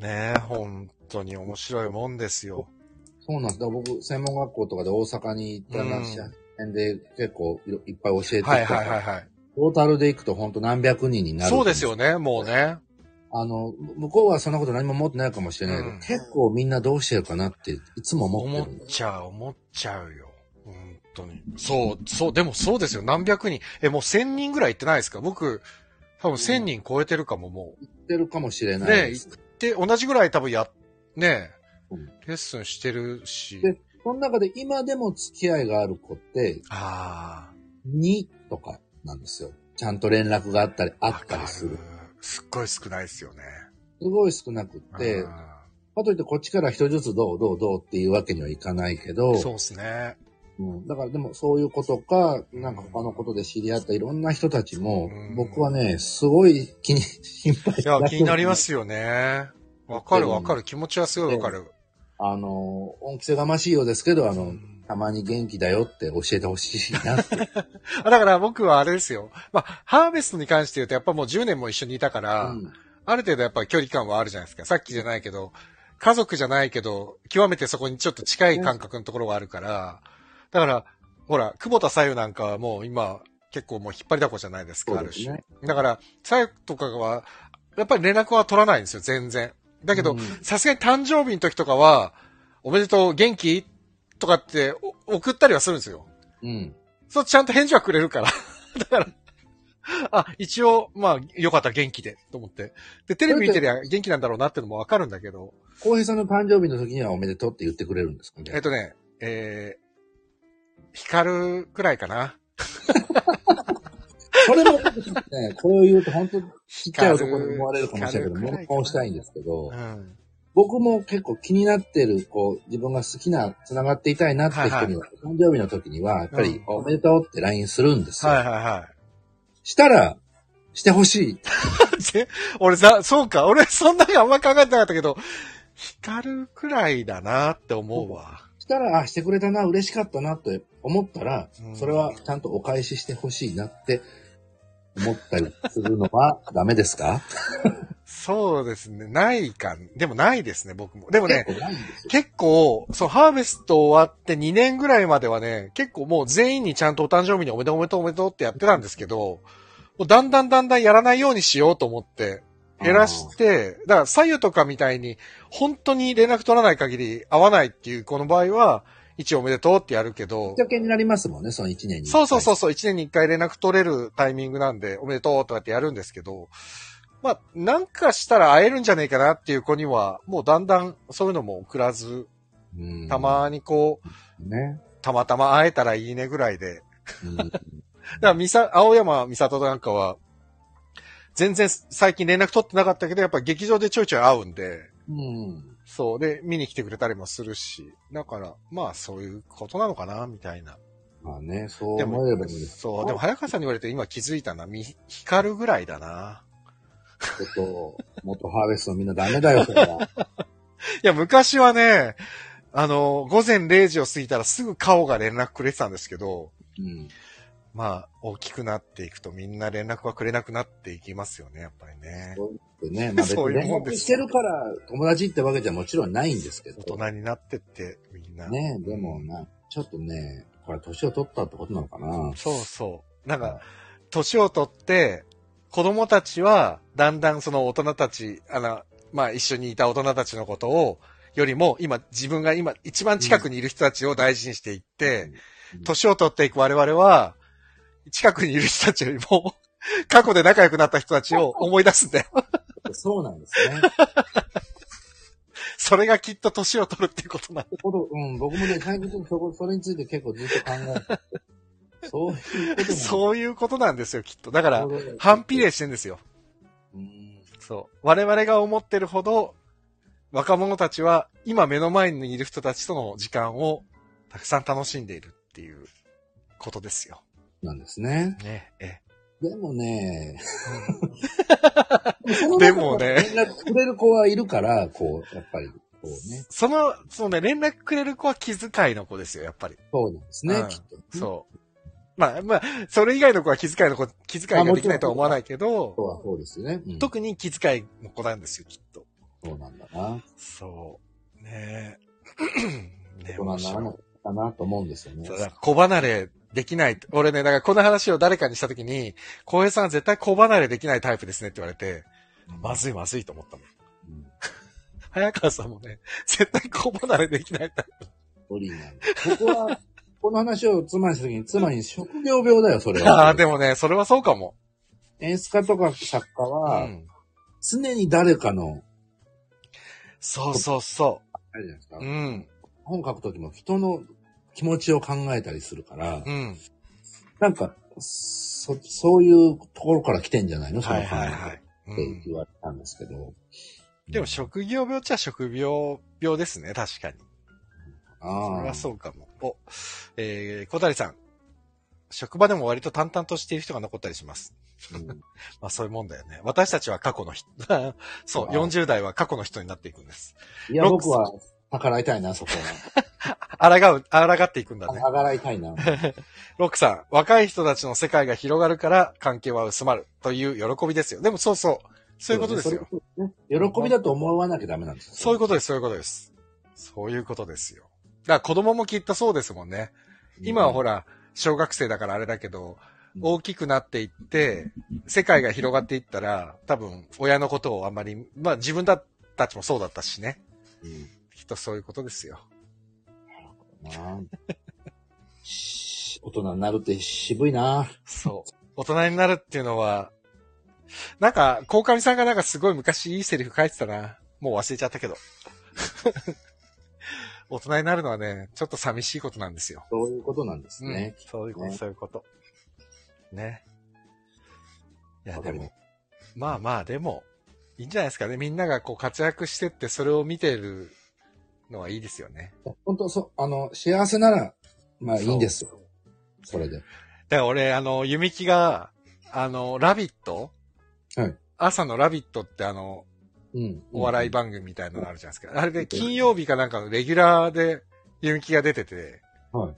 ねえ、本当に面白いもんですよ。
そうなんです。だから僕、専門学校とかで大阪に行ったらしゃんで結構いっぱい教えてきた。
はいはいはいはい。
トータルで行くと本当何百人になる。
そうですよね、もうね。
あの、向こうはそんなこと何も持ってないかもしれないけど、うん、結構みんなどうしてるかなっていつも思ってる。
思っちゃう、思っちゃうよ。本当に。そう、そう、でもそうですよ。何百人。え、もう千人ぐらい行ってないですか？僕、多分千人超えてるかも、もう。
行ってるかもしれないです。
ね、行って、同じぐらい多分や、ね、うん、レッスンしてるし。
で、その中で今でも付き合いがある子って、
ああ。
にとかなんですよ。ちゃんと連絡があったり、あったりする。
すっごい少ないですよね。
すごい少なくって、 かといってこっちから一人ずつどうどうどうっていうわけにはいかないけど。
そうですね。
うん。だからでもそういうことか、なんか他のことで知り合ったいろんな人たちも、うん、僕はね、すごい気に、心配
いや、気になりますよね。わかるわかる。気持ちはすごいわかる。
あの、恩着せがましいようですけど、あの、うん、たまに元気だよって教えてほしいなって。
だから僕はあれですよ。まあ、ハーベストに関して言うとやっぱもうじゅうねんも一緒にいたから、うん、ある程度やっぱり距離感はあるじゃないですか。さっきじゃないけど、家族じゃないけど、極めてそこにちょっと近い感覚のところがあるから、だから、ほら、久保田さゆなんかはもう今、結構もう引っ張りだこじゃないですか、ある種。だから、さゆとかは、やっぱり連絡は取らないんですよ、全然。だけど、さすがに誕生日の時とかは、おめでとう、元気とかって送ったりはするんですよ。うん。そう、ちゃんと返事はくれるから。だから、あ、一応、まあ、よかったら元気で、と思って。で、テレビ見てりゃ元気なんだろうなってのもわかるんだけど。
浩平さんの誕生日の時にはおめでとうって言ってくれるんですかね。
えっとね、えー、光るくらいかな。
それも、ね、これを言うと本当ちっちゃい男に思われるかもしれないけど、物顔したいんですけど、うん、僕も結構気になってる、こう、自分が好きな、繋がっていたいなって人には、はいはい、誕生日の時には、やっぱり、うん、おめでとうって ライン するんですよ。はいはいはい。したら、してほしい。
俺さ、そうか、俺そんなにあんま考えてなかったけど、光るくらいだなって思うわ。
したら、あ、してくれたな、嬉しかったなって思ったら、うん、それはちゃんとお返ししてほしいなって思ったりするのはダメですか？
そうですね。ないか。でもないですね、僕も。でもね、結構ないんですよ。結構、そう、ハーベスト終わってにねんぐらいまではね、結構もう全員にちゃんとお誕生日におめでとうおめでとうおめでとうってやってたんですけど、もうだんだんだんだんやらないようにしようと思って、減らして、だから左右とかみたいに、本当に連絡取らない限り会わないっていうこの場合は、一応おめでとうってやるけど。
きっかけになりますもんね、そのいちねんに。
そうそうそうそう、いちねんにいっかい連絡取れるタイミングなんで、おめでとうとかってやるんですけど、まあ、なんかしたら会えるんじゃねえかなっていう子には、もうだんだんそういうのも送らず、うんたまにこう、ね、たまたま会えたらいいねぐらいで。うんだからみさ、青山美里なんかは、全然最近連絡取ってなかったけど、やっぱ劇場でちょいちょい会うんで、うん、そう。で、見に来てくれたりもするし、だから、まあそういうことなのかな、みたいな。
まあね、そう思えばいいです。
そう。でも早川さんに言われて今気づいたな。み、光るぐらいだな。
ちょっと、元ハーベストみんなダメだよ、それは。
いや、昔はね、あの、午前れいじを過ぎたらすぐ顔が連絡くれてたんですけど、うん、まあ、大きくなっていくとみんな連絡はくれなくなっていきますよね、やっぱりね。
そうですね。まあ別に連絡してるから友達ってわけじゃもちろんないんですけど。
大人になってってみんな。
ね、でもな、ちょっとね、これ年を取ったってことなのかな。
そうそう。なんか、年を取って、子供たちは、だんだんその大人たち、あの、まあ一緒にいた大人たちのことを、よりも今、自分が今一番近くにいる人たちを大事にしていって、年、うん、を取っていく我々は、近くにいる人たちよりも、過去で仲良くなった人たちを思い出すんだよ。
そうなんですね。
それがきっと年を取るっていうことなんだ。
うん、僕もね、最近そこ、それについて結構ずっと考えてて。そういうことなん
そういうことなんですよ、きっと。だから、反比例してんですよ。うんそう。我々が思ってるほど、若者たちは、今目の前にいる人たちとの時間をたくさん楽しんでいるっていうことですよ。
なんですね。
ね、え。
でもね、
でもね、
連絡くれる子はいるから、こう、やっぱり、こうね。
その、そうね、連絡くれる子は気遣いの子ですよ、やっぱり。
そうなんですね、うん、きっと。
そう。まあまあ、それ以外の子は気遣いの子、気遣いができないとは思わないけど、
そうはそうですね、
うん。特に気遣いの子なんですよ、きっと。
そうなんだな。
そう。ね
え。ねえ。大人にならなかったなと思うんですよね。
そうだ、子離れできない。俺ね、だからこの話を誰かにしたときに、浩平さんは絶対子離れできないタイプですねって言われて、うん、まずいまずいと思ったもん。うん、早川さんもね、絶対子離れできないタイプ。
無理なんだ。ここは、この話を妻にしたときに、妻に職業病だよ、それは。
ああ、でもね、それはそうかも。
演出家とか作家は、うん、常に誰かの、
そうそうそう。
あれじゃないですか。うん。本書くときも人の気持ちを考えたりするから、うん。なんか、そ、そういうところから来てんじゃないのその考えって言われたんですけど。
でも職業病っちゃ職業病ですね、確かに。
ああ。
それはそうかも。お、えー、小谷さん。職場でも割と淡々としている人が残ったりします。うん、まあそういうもんだよね。私たちは過去の人。そう、よんじゅう代は過去の人になっていくんです。
いや、僕は逆らいたいな、そこ
は。抗う、抗っていくんだね。
抗いたいな。
ロックさん、若い人たちの世界が広がるから関係は薄まるという喜びですよ。でもそうそう。そういうことですよ。
ね、喜びだと思わなきゃダメなんですよ。
そういうことです、そういうことです。そういうことですよ。だから子供もきっとそうですもんね。今はほら、小学生だからあれだけど、大きくなっていって、世界が広がっていったら、多分、親のことをあんまり、まあ自分たちもそうだったしね。うん、きっとそういうことですよ。
なるほどな。大人になるって渋いな。
そう。大人になるっていうのは、なんか、鴻上さんがなんかすごい昔いいセリフ書いてたな。もう忘れちゃったけど。大人になるのはね、ちょっと寂しいことなんですよ。
そういうことなんですね。
うん、そういうこと、ね、そういうこと。ね。いや、でも、まあまあ、でも、いいんじゃないですかね。みんながこう活躍してって、それを見てるのはいいですよね。
本当そう、あの、幸せなら、まあいいんですよ。そ, それで。だか
ら俺、あの、ゆみきが、あの、ラビット
はい。
朝のラビットってあの、うん、お笑い番組みたいなのあるじゃないですか。あれで金曜日かなんかのレギュラーでゆみきが出てて、はい。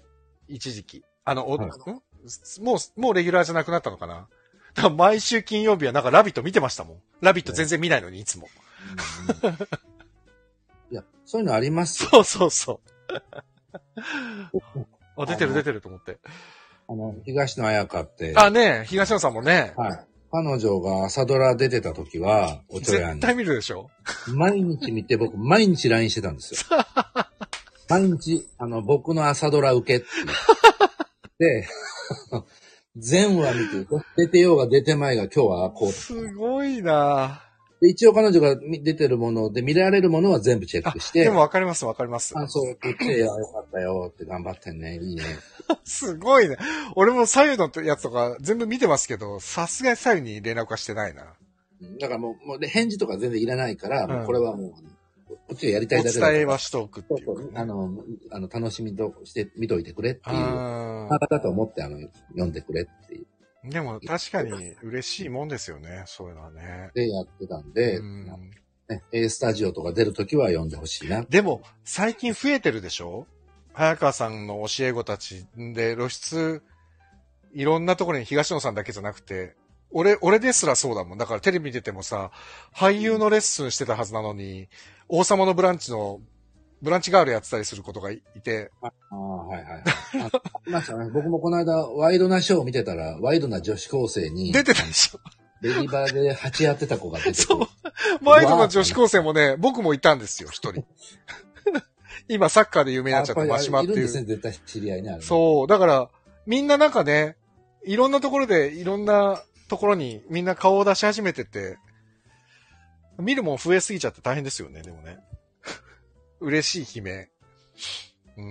一時期。あの、おはい、んもう、もうレギュラーじゃなくなったのかな。だから毎週金曜日はなんかラビット見てましたもん。ラビット全然見ないのに、いつも。
うん、いや、そういうのありますよ。
そうそうそう。あ、出てる出てると思って。
あの、東野彩香って。
あ、ね東野さんもね。
はい。彼女が朝ドラ出てた時は、お茶屋に。
絶対見るでしょ？
毎日見て、僕、毎日 ライン してたんですよ。毎日、あの、僕の朝ドラ受けって言って、全話見て、出てようが出てまいが今日はこう。
すごいなぁ。
で一応彼女が出てるもので見られるものは全部チェックして。
でもわかりますわかります。
あ、そう言って、よかったよって頑張ってんね。いいね。
すごいね。俺も左右のやつとか全部見てますけど、さすがに左右に連絡はしてないな。
だからもう、もう返事とか全然いらないから、うん、もうこれはもう、こっちでやりたいだけだ
お伝えはしておくっていう、ね。
そうそう。あの、あの、楽しみとして見といてくれっていう。方だと思って、あの、読んでくれっていう。
でも確かに嬉しいもんですよね、そういうのはね。
で、やってたんで、うんね、A スタジオとか出るときは読んでほしいな。
でも、最近増えてるでしょ？早川さんの教え子たちで露出、いろんなところに東野さんだけじゃなくて、俺、俺ですらそうだもん。だからテレビ出てもさ、俳優のレッスンしてたはずなのに、王様のブランチの、ブランチガールやってたりすることがいて。
ああ、はいはい。ありましたね。僕もこの間、ワイドなショーを見てたら、ワイドな女子高生に。
出てたでしょ。
レディバーで蜂やってた子が出てて。
そう。ワイドな女子高生もね、僕もいたんですよ、一人。今、サッカーで有名になっちゃったマシマっていう。
いるんですね、絶対知り合いにある。
そう。だから、みんななんかね、いろんなところで、いろんなところにみんな顔を出し始めてて、見るもん増えすぎちゃって大変ですよね、でもね。嬉しい悲鳴。うん。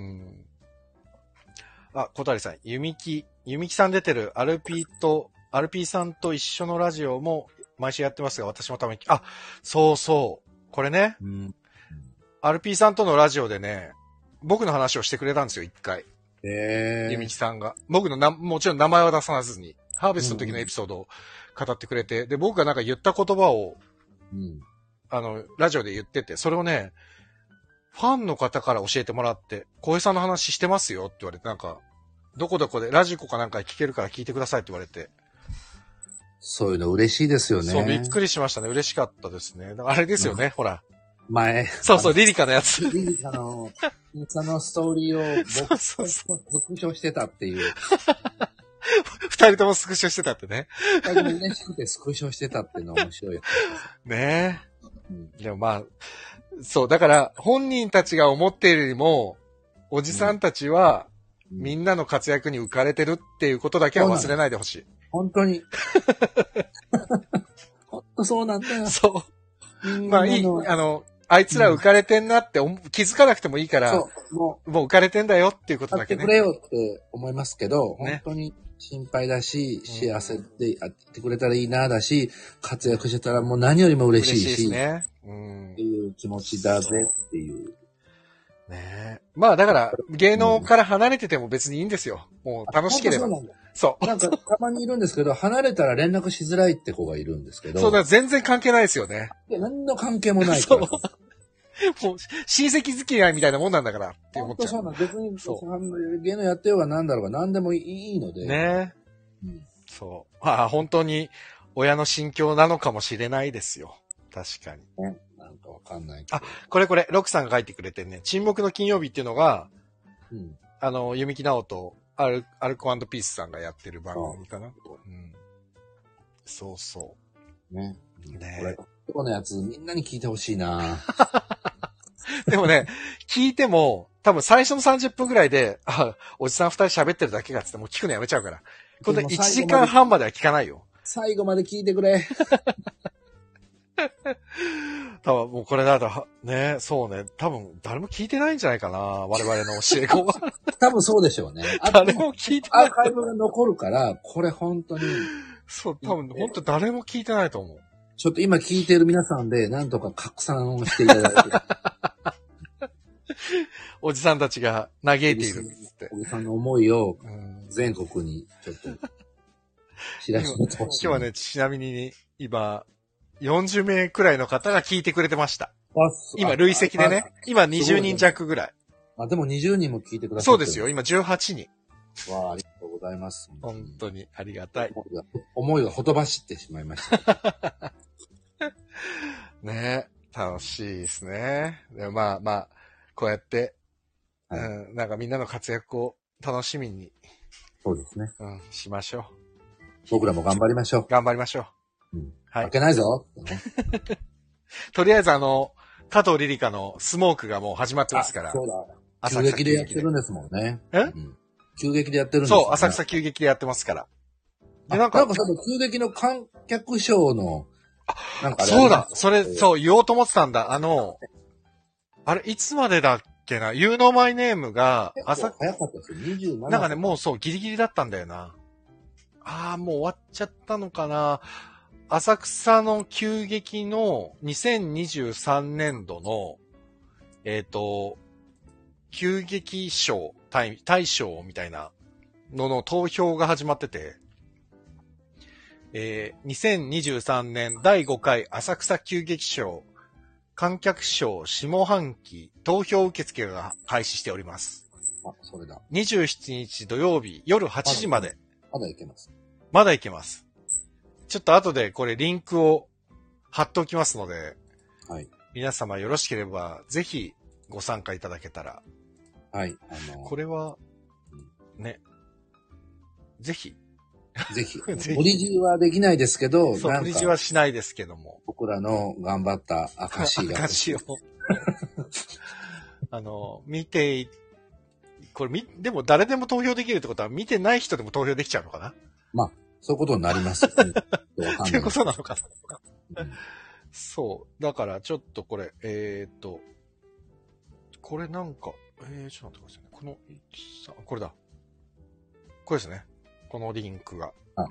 あ、小谷さん、ゆみき、ゆみきさん出てるアルピーと、アルピーさんと一緒のラジオも毎週やってますが、私もために、あ、そうそう。これね。うん、アルピーさんとのラジオでね、僕の話をしてくれたんですよ、一回。
へー。
ゆみきさんが。僕のな、もちろん名前は出さずに、ハーベストの時のエピソードを語ってくれて、うん、で、僕がなんか言った言葉を、うん、あの、ラジオで言ってて、それをね、ファンの方から教えてもらって、小江さんの話してますよって言われて、なんか、どこどこで、ラジコかなんか聞けるから聞いてくださいって言われて。
そういうの嬉しいですよね。
そう、びっくりしましたね。嬉しかったですね。だからあれですよね、うん、ほら。
前。
そうそう、リリカのやつ。
リリカの、インスタのストーリーを僕、そうそうそうスクショしてたっていう。
二人ともスクショしてたってね。
二人とも嬉しくてスクショしてたっていうの面白いよ。
ねえ。うん、でもまあ、そう、だから本人たちが思っているよりも、おじさんたちは、うん、みんなの活躍に浮かれてるっていうことだけは忘れないでほしい。
本当に。本当そうなんだよ。
そう。まあいい、あの、あいつら浮かれてんなって、うん、気づかなくてもいいから、そうもう、もう浮かれてんだよっていうことだけね。
やってくれよって思いますけど、ね、本当に心配だし、幸せでやってくれたらいいなだし、活躍してたらもう何よりも嬉しいし。
嬉しいですね。うん。
っていう気持ちだぜっていう。
ねえ。まあだから、芸能から離れてても別にいいんですよ。もう楽しければ。
そうなんだ。
そう。
なんかたまにいるんですけど、離れたら連絡しづらいって子がいるんですけど。
そうだ、全然関係ないですよね。
いや、何の関係もないから。そう。
もう、親戚付き合いみたいなもんなんだからって思っちゃう。
そうなん別に、そう。芸能やってようが何だろうが何でもいいので。
ねえ。うん、そう。まあ本当に親の心境なのかもしれないですよ。確かに。
ね、なんかわかんないけど。
あ、これこれ、ロクさんが書いてくれてね、沈黙の金曜日っていうのが、うん、あの、弓木直人、アル、アルコ&ピースさんがやってる番組かな。うん、そうそう。
ね。ねこれ、このやつみんなに聞いてほしいな
でもね、聞いても、多分最初のさんじゅっぷんぐらいで、あ、おじさん二人喋ってるだけがつってもう聞くのやめちゃうから。これいちじかんはんまでは聞かないよ。
最後まで聞いてくれ。
多分もうこれだと、ね、そうね、多分誰も聞いてないんじゃないかな、我々の教え子は。
多分そうでしょうね。
誰も聞いてない。
アーカイブが残るから、これ本当に。
そう、多分本当誰も聞いてないと思う。
ちょっと今聞いてる皆さんで、なんとか拡散をしていただいて。
おじさんたちが嘆いているっつって。
おじさんの思いを全国にちょっと知らせてほしい。
今日はね、ちなみに今、よんじゅうめいくらいの方が聞いてくれてました。今、累積でね。今にじゅうにん弱ぐらい。
あ、でもにじゅうにんも聞いてくださって。
そうですよ。今じゅうはちに
ん。わあ、ありがとうございます。
本当にありがたい。
思いがほとばしってしまいました。
ねえ、楽しいですね。でもまあまあ、こうやって、はい、うん、なんかみんなの活躍を楽しみに。
そうですね。
うん、しましょう。
僕らも頑張りましょう。
頑張りましょう。
うん。はい。負けないぞ。
とりあえずあの、加藤リリカのスモークがもう始まってますから。
そうだ。急激でやってるんですもんね。
え、
うん、急激でやってるんですよ、ね。
そう、浅草急激でやってますから。
で、なんか、なんかその急激の観客賞の、
なんかあれそうだ、それ、そう、言おうと思ってたんだ。あの、あれ、いつまでだっけな、You Know My Name が、
朝、早かったですよ。にじゅうなな。
なんかね、もうそう、ギリギリだったんだよな。ああ、もう終わっちゃったのかな。浅草の急激のにせんにじゅうさんねんどの、えっと、急激賞、大、大賞みたいなのの投票が始まってて、えー、にせんにじゅうさんねんだいごかい浅草急激賞観客賞下半期投票受付が開始しております。
あ、それだ。
にじゅうしちにち土曜日夜はちじまで。
まだいけます。
まだいけます。ちょっと後でこれリンクを貼っておきますので、はい。皆様よろしければぜひご参加いただけたら。
はい。あのー、
これは、ね、ぜひ。
ぜひ。オリジはできないですけど、
そう、オリジはしないですけども。
僕らの頑張った証が。
証を。あの、見て、これみ、でも誰でも投票できるってことは見てない人でも投票できちゃうのかな？
まあ、そういうことになりますよね。
っていうことなのかな、うん、そう。だからちょっとこれ、えー、っと、これなんか、えー、ちょっと待ってくださいね。この、さこれだ。これですね。このリンクが。
あ、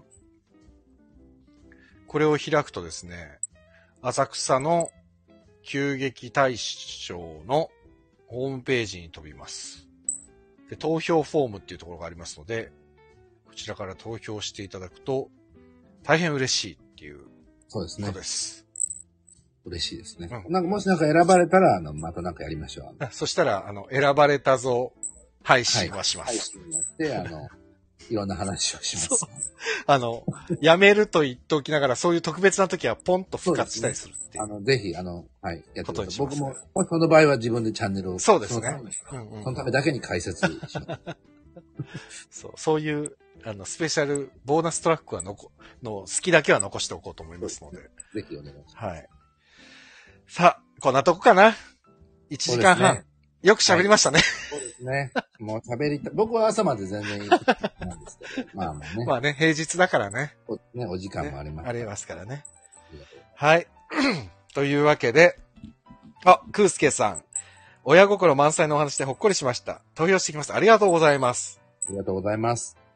これを開くとですね、浅草の急激大賞のホームページに飛びます。で、投票フォームっていうところがありますので、こちらから投票していただくと、大変嬉しいっていう
そうですね。
ことです。
嬉しいですね。うん、なんかもしなんか選ばれたら、あの、またなんかやりましょう。
そしたら、あの、選ばれたぞ配信はします。はい、
配信やって、あの、いろんな話をします。
あの、やめると言っておきながら、そういう特別な時はポンと復活したりするっていう。
ね、あの、ぜひ、あの、はい、やってください。僕も、その場合は自分でチャンネルを。
そうですね。
その,、うんうん、そのためだけに解説します。
そう、そういう、あの、スペシャル、ボーナストラックはのこ、の好きだけは残しておこうと思いますので。
ぜひお願いします。
はい。さあ、こんなとこかな。いちじかんはん。ね、よく喋りましたね、はい。
そうですね。もう喋りた、僕は朝まで全然いいなんですけど。まあまあね。
まあね、平日だからね。
お, ねお時間もあります、
ね。ありますからね。はい。というわけで、あ、クースケさん。親心満載のお話でほっこりしました。投票してきました。ありがとうございます。
ありがとうございます。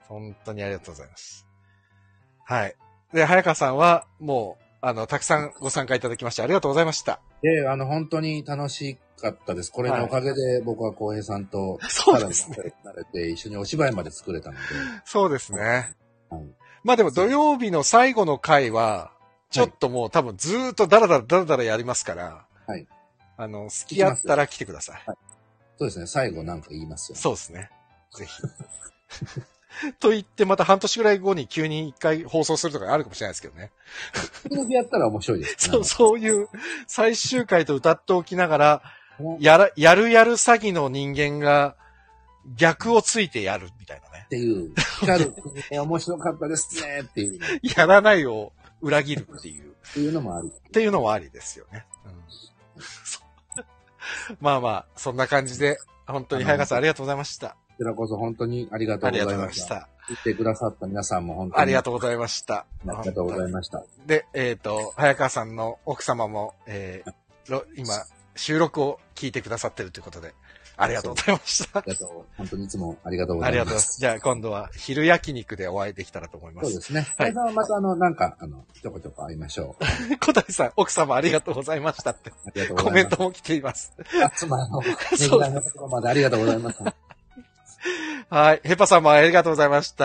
本当にありがとうございます。はい。で、早川さんは、もう、あの、たくさんご参加いただきましてありがとうございました。
で、あの、本当に楽しかったです。これのおかげで僕は浩平さんと、
そうですね。
慣れて、一緒にお芝居まで作れたので。
そうですね。はい、まあでも土曜日の最後の回は、ちょっともう、はい、多分ずーっとダラダラダラダラやりますから、はい。あの、好き合ったら来てください。はい、
そうですね。最後なんか言いますよ、ね。
そうですね。ぜひ。と言ってまた半年ぐらい後に急に一回放送するとかあるかもしれないですけどね。
時々やったら面白いです、
ね。そう、そういう最終回と歌っておきながら、やら、やるやる詐欺の人間が逆をついてやるみたいなね。
っていう。光る国面白かったですねっていう。
やらないを裏切るっていう。
っていうのもあり。
っていうのもありですよね。うん、まあまあ、そんな感じで、本当に早川さんありがとうございました。こ
ちらこそ本当にありがとうございました。ありがとうございました。来てくださった皆さんも本当に。
ありがとうございました。あ
りがとうございました。
で、えっ、ー、と、早川さんの奥様も、えー、今、収録を聞いてくださってるということで、ありがとうございました。
ありがとう。本当にいつもありがとうございます。ありがとうございます。
じゃあ今度は昼焼肉でお会いできたらと思います。
そうですね。はい。またあの、なんか、あの、ちょこちょこ会いましょ
う。小谷さん、奥様ありがとうございましたって。ありがとうございます。コメントも来ています。
あ、妻の、ねぎらいのところまでありがとうございます。
はい。ヘッパさんもありがとうございました。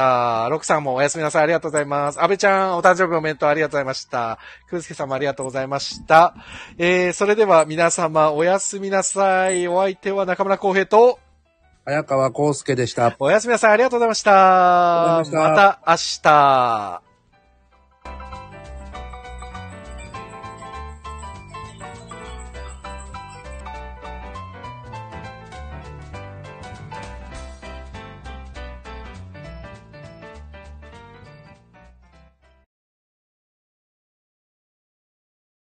ロクさんもおやすみなさい。ありがとうございます。安倍ちゃん、お誕生日おめでとう。ありがとうございました。くうすけさんもありがとうございました。えー、それでは皆様おやすみなさい。お相手は中村浩平と、
早川康介でした。
おやすみなさい。ありがとうございました。また明日。